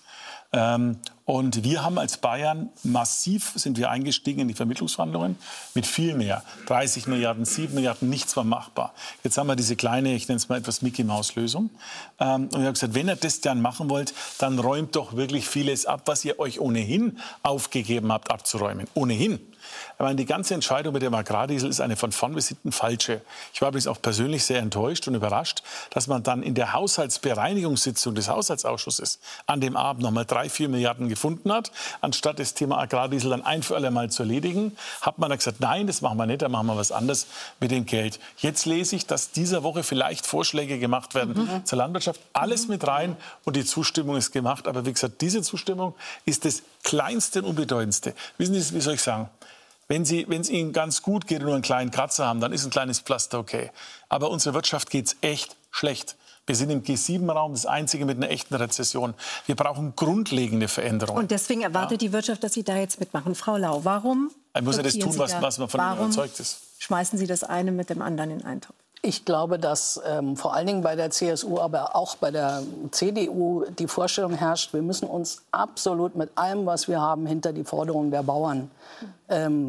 Und wir haben als Bayern sind wir eingestiegen in die Vermittlungsverhandlungen mit viel mehr. 30 Milliarden, 7 Milliarden, nichts war machbar. Jetzt haben wir diese kleine, ich nenne es mal etwas Mickey-Maus-Lösung. Und wir haben gesagt, wenn ihr das dann machen wollt, dann räumt doch wirklich vieles ab, was ihr euch ohnehin aufgegeben habt, abzuräumen. Ohnehin. Ich meine, die ganze Entscheidung mit dem Agrardiesel ist eine von vorn bis hinten falsche. Ich war übrigens auch persönlich sehr enttäuscht und überrascht, dass man dann in der Haushaltsbereinigungssitzung des Haushaltsausschusses an dem Abend noch mal 3-4 Milliarden gefunden hat. Anstatt das Thema Agrardiesel dann ein für alle Mal zu erledigen, hat man dann gesagt, nein, das machen wir nicht, dann machen wir was anderes mit dem Geld. Jetzt lese ich, dass dieser Woche vielleicht Vorschläge gemacht werden zur Landwirtschaft. Alles mit rein und die Zustimmung ist gemacht. Aber wie gesagt, diese Zustimmung ist das Kleinste und Unbedeutendste. Wissen Sie, wie soll ich sagen? Wenn es Ihnen ganz gut geht und nur einen kleinen Kratzer haben, dann ist ein kleines Pflaster okay. Aber unserer Wirtschaft geht es echt schlecht. Wir sind im G7-Raum das einzige mit einer echten Rezession. Wir brauchen grundlegende Veränderungen. Und deswegen erwartet die Wirtschaft, dass Sie da jetzt mitmachen. Frau Lau, warum? Man muss ja das tun, was man von Ihnen überzeugt ist. Schmeißen Sie das eine mit dem anderen in einen Topf? Ich glaube, dass vor allen Dingen bei der CSU, aber auch bei der CDU die Vorstellung herrscht, wir müssen uns absolut mit allem, was wir haben, hinter die Forderungen der Bauern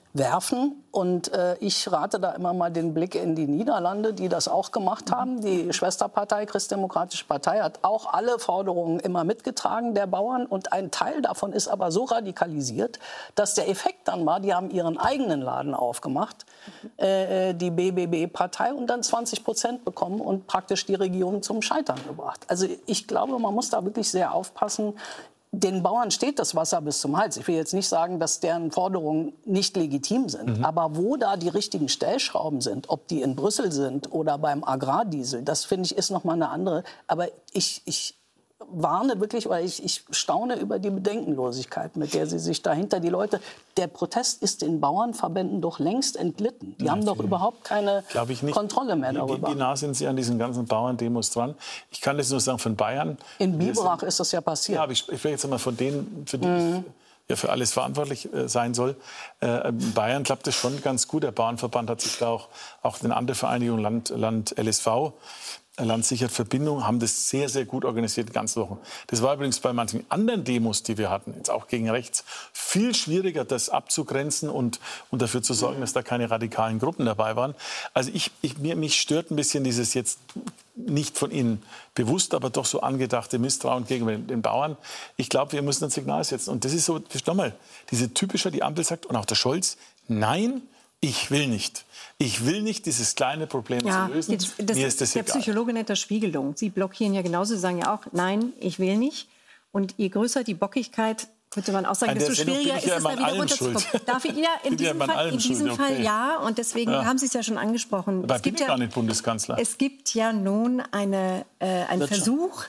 werfen. Und ich rate da immer mal den Blick in die Niederlande, die das auch gemacht haben. Die Schwesterpartei, Christdemokratische Partei, hat auch alle Forderungen immer mitgetragen der Bauern. Und ein Teil davon ist aber so radikalisiert, dass der Effekt dann war, die haben ihren eigenen Laden aufgemacht, die BBB-Partei, und dann 20% bekommen und praktisch die Regierung zum Scheitern gebracht. Also ich glaube, man muss da wirklich sehr aufpassen. Den Bauern steht das Wasser bis zum Hals. Ich will jetzt nicht sagen, dass deren Forderungen nicht legitim sind. Aber wo da die richtigen Stellschrauben sind, ob die in Brüssel sind oder beim Agrardiesel, das finde ich ist noch mal eine andere. Aber ich warne wirklich, oder ich staune über die Bedenkenlosigkeit, mit der sie sich dahinter die Leute. Der Protest ist den Bauernverbänden doch längst entglitten. Die haben doch überhaupt keine Kontrolle mehr darüber. Wie nah sind Sie an diesen ganzen Bauerndemos dran? Ich kann das nur sagen von Bayern. In Biberach ist das ja passiert. Ja, aber ich spreche jetzt einmal von denen, für die ich ja für alles verantwortlich sein soll. In Bayern klappt das schon ganz gut. Der Bauernverband hat sich da auch eine andere Vereinigung, Land LSV, Land sichert Verbindung, haben das sehr, sehr gut organisiert in ganzen Wochen. Das war übrigens bei manchen anderen Demos, die wir hatten, jetzt auch gegen rechts, viel schwieriger, das abzugrenzen und dafür zu sorgen, dass da keine radikalen Gruppen dabei waren. Also mich stört ein bisschen dieses jetzt nicht von Ihnen bewusst, aber doch so angedachte Misstrauen gegenüber den Bauern. Ich glaube, wir müssen ein Signal setzen. Und das ist so, nochmal, diese typische, die Ampel sagt, und auch der Scholz, nein, ich will nicht. Ich will nicht dieses kleine Problem zu lösen. Mir ist das der egal. Psychologe nennt das Spiegelung. Sie blockieren ja genauso, Sie sagen ja auch, nein, ich will nicht. Und je größer die Bockigkeit, könnte man auch sagen, desto schwieriger ist es, da wieder runterzukommen. Darf ich in diesem Fall ja. Und deswegen haben Sie es ja schon angesprochen. Aber ich bin gar nicht Bundeskanzler. Es gibt ja nun einen Versuch,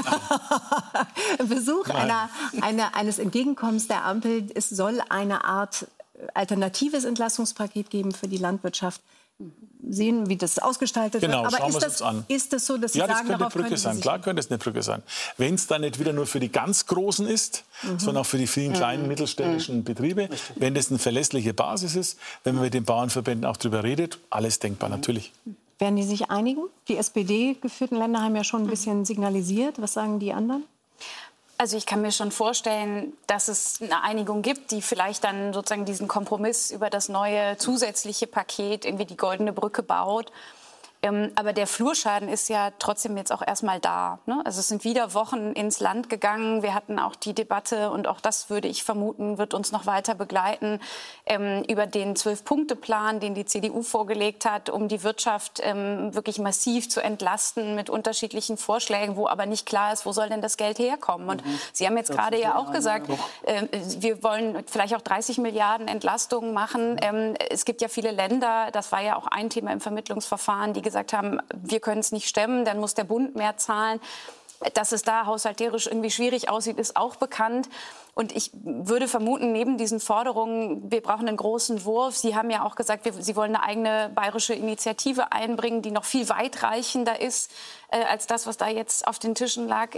eines Entgegenkommens der Ampel. Es soll eine Art alternatives Entlastungspaket geben für die Landwirtschaft. Sehen, wie das ausgestaltet wird. Aber schauen wir uns an. Ist das so, dass Sie sagen, darauf könnte eine Brücke sein? Klar könnte es eine Brücke sein. Wenn es dann nicht wieder nur für die ganz Großen ist, sondern auch für die vielen kleinen mittelständischen Betriebe, wenn das eine verlässliche Basis ist, wenn man mit den Bauernverbänden auch darüber redet, alles denkbar, natürlich. Werden die sich einigen? Die SPD-geführten Länder haben ja schon ein bisschen signalisiert. Was sagen die anderen? Also ich kann mir schon vorstellen, dass es eine Einigung gibt, die vielleicht dann sozusagen diesen Kompromiss über das neue zusätzliche Paket, irgendwie die goldene Brücke baut. Aber der Flurschaden ist ja trotzdem jetzt auch erstmal da. Ne? Also es sind wieder Wochen ins Land gegangen. Wir hatten auch die Debatte, und auch das würde ich vermuten, wird uns noch weiter begleiten, über den 12-Punkte-Plan, den die CDU vorgelegt hat, um die Wirtschaft wirklich massiv zu entlasten mit unterschiedlichen Vorschlägen, wo aber nicht klar ist, wo soll denn das Geld herkommen. Und Sie haben jetzt gerade ja auch gesagt, wir wollen vielleicht auch 30 Milliarden Entlastungen machen. Es gibt ja viele Länder, das war ja auch ein Thema im Vermittlungsverfahren, die gesagt haben, wir können es nicht stemmen, dann muss der Bund mehr zahlen. Dass es da haushalterisch irgendwie schwierig aussieht, ist auch bekannt. Und ich würde vermuten, neben diesen Forderungen, wir brauchen einen großen Wurf. Sie haben ja auch gesagt, Sie wollen eine eigene bayerische Initiative einbringen, die noch viel weitreichender ist als das, was da jetzt auf den Tischen lag.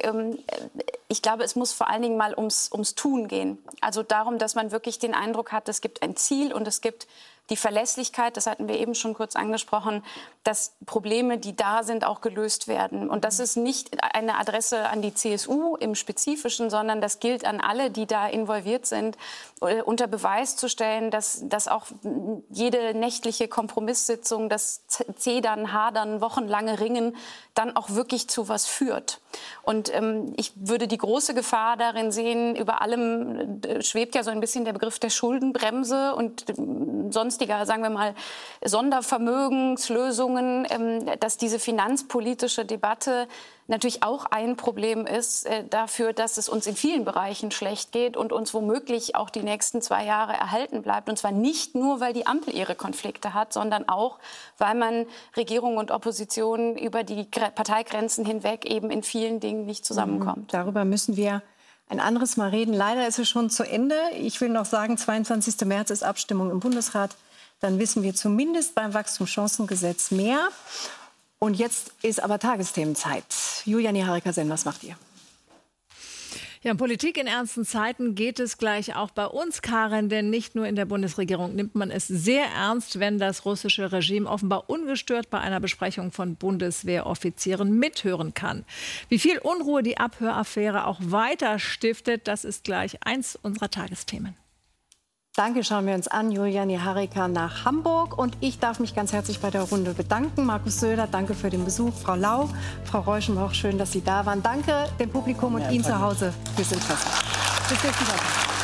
Ich glaube, es muss vor allen Dingen mal ums Tun gehen. Also darum, dass man wirklich den Eindruck hat, es gibt ein Ziel und es gibt die Verlässlichkeit, das hatten wir eben schon kurz angesprochen, dass Probleme, die da sind, auch gelöst werden. Und das ist nicht eine Adresse an die CSU im Spezifischen, sondern das gilt an alle, die da involviert sind, unter Beweis zu stellen, dass auch jede nächtliche Kompromisssitzung, das Zedern, Hadern, wochenlange Ringen dann auch wirklich zu was führt. Und ich würde die große Gefahr darin sehen, über allem schwebt ja so ein bisschen der Begriff der Schuldenbremse und sonstiger, sagen wir mal, Sondervermögenslösungen, dass diese finanzpolitische Debatte natürlich auch ein Problem ist dafür, dass es uns in vielen Bereichen schlecht geht und uns womöglich auch die nächsten 2 Jahre erhalten bleibt. Und zwar nicht nur, weil die Ampel ihre Konflikte hat, sondern auch, weil man Regierung und Opposition über die Parteigrenzen hinweg eben in vielen Dingen nicht zusammenkommt. Darüber müssen wir ein anderes Mal reden. Leider ist es schon zu Ende. Ich will noch sagen, 22. März ist Abstimmung im Bundesrat. Dann wissen wir zumindest beim Wachstumschancengesetz mehr. Und jetzt ist aber Tagesthemenzeit. Julia Nieharika-Senn, was macht ihr? Ja, um Politik in ernsten Zeiten geht es gleich auch bei uns, Karin, denn nicht nur in der Bundesregierung nimmt man es sehr ernst, wenn das russische Regime offenbar ungestört bei einer Besprechung von Bundeswehroffizieren mithören kann. Wie viel Unruhe die Abhöraffäre auch weiter stiftet, das ist gleich eins unserer Tagesthemen. Danke, schauen wir uns an. Julia Niharika nach Hamburg. Und ich darf mich ganz herzlich bei der Runde bedanken. Markus Söder, danke für den Besuch. Frau Lau, Frau Reuschenbach, schön, dass Sie da waren. Danke dem Publikum und Ihnen zu Hause fürs Interesse. Bis nächsten Sonntag.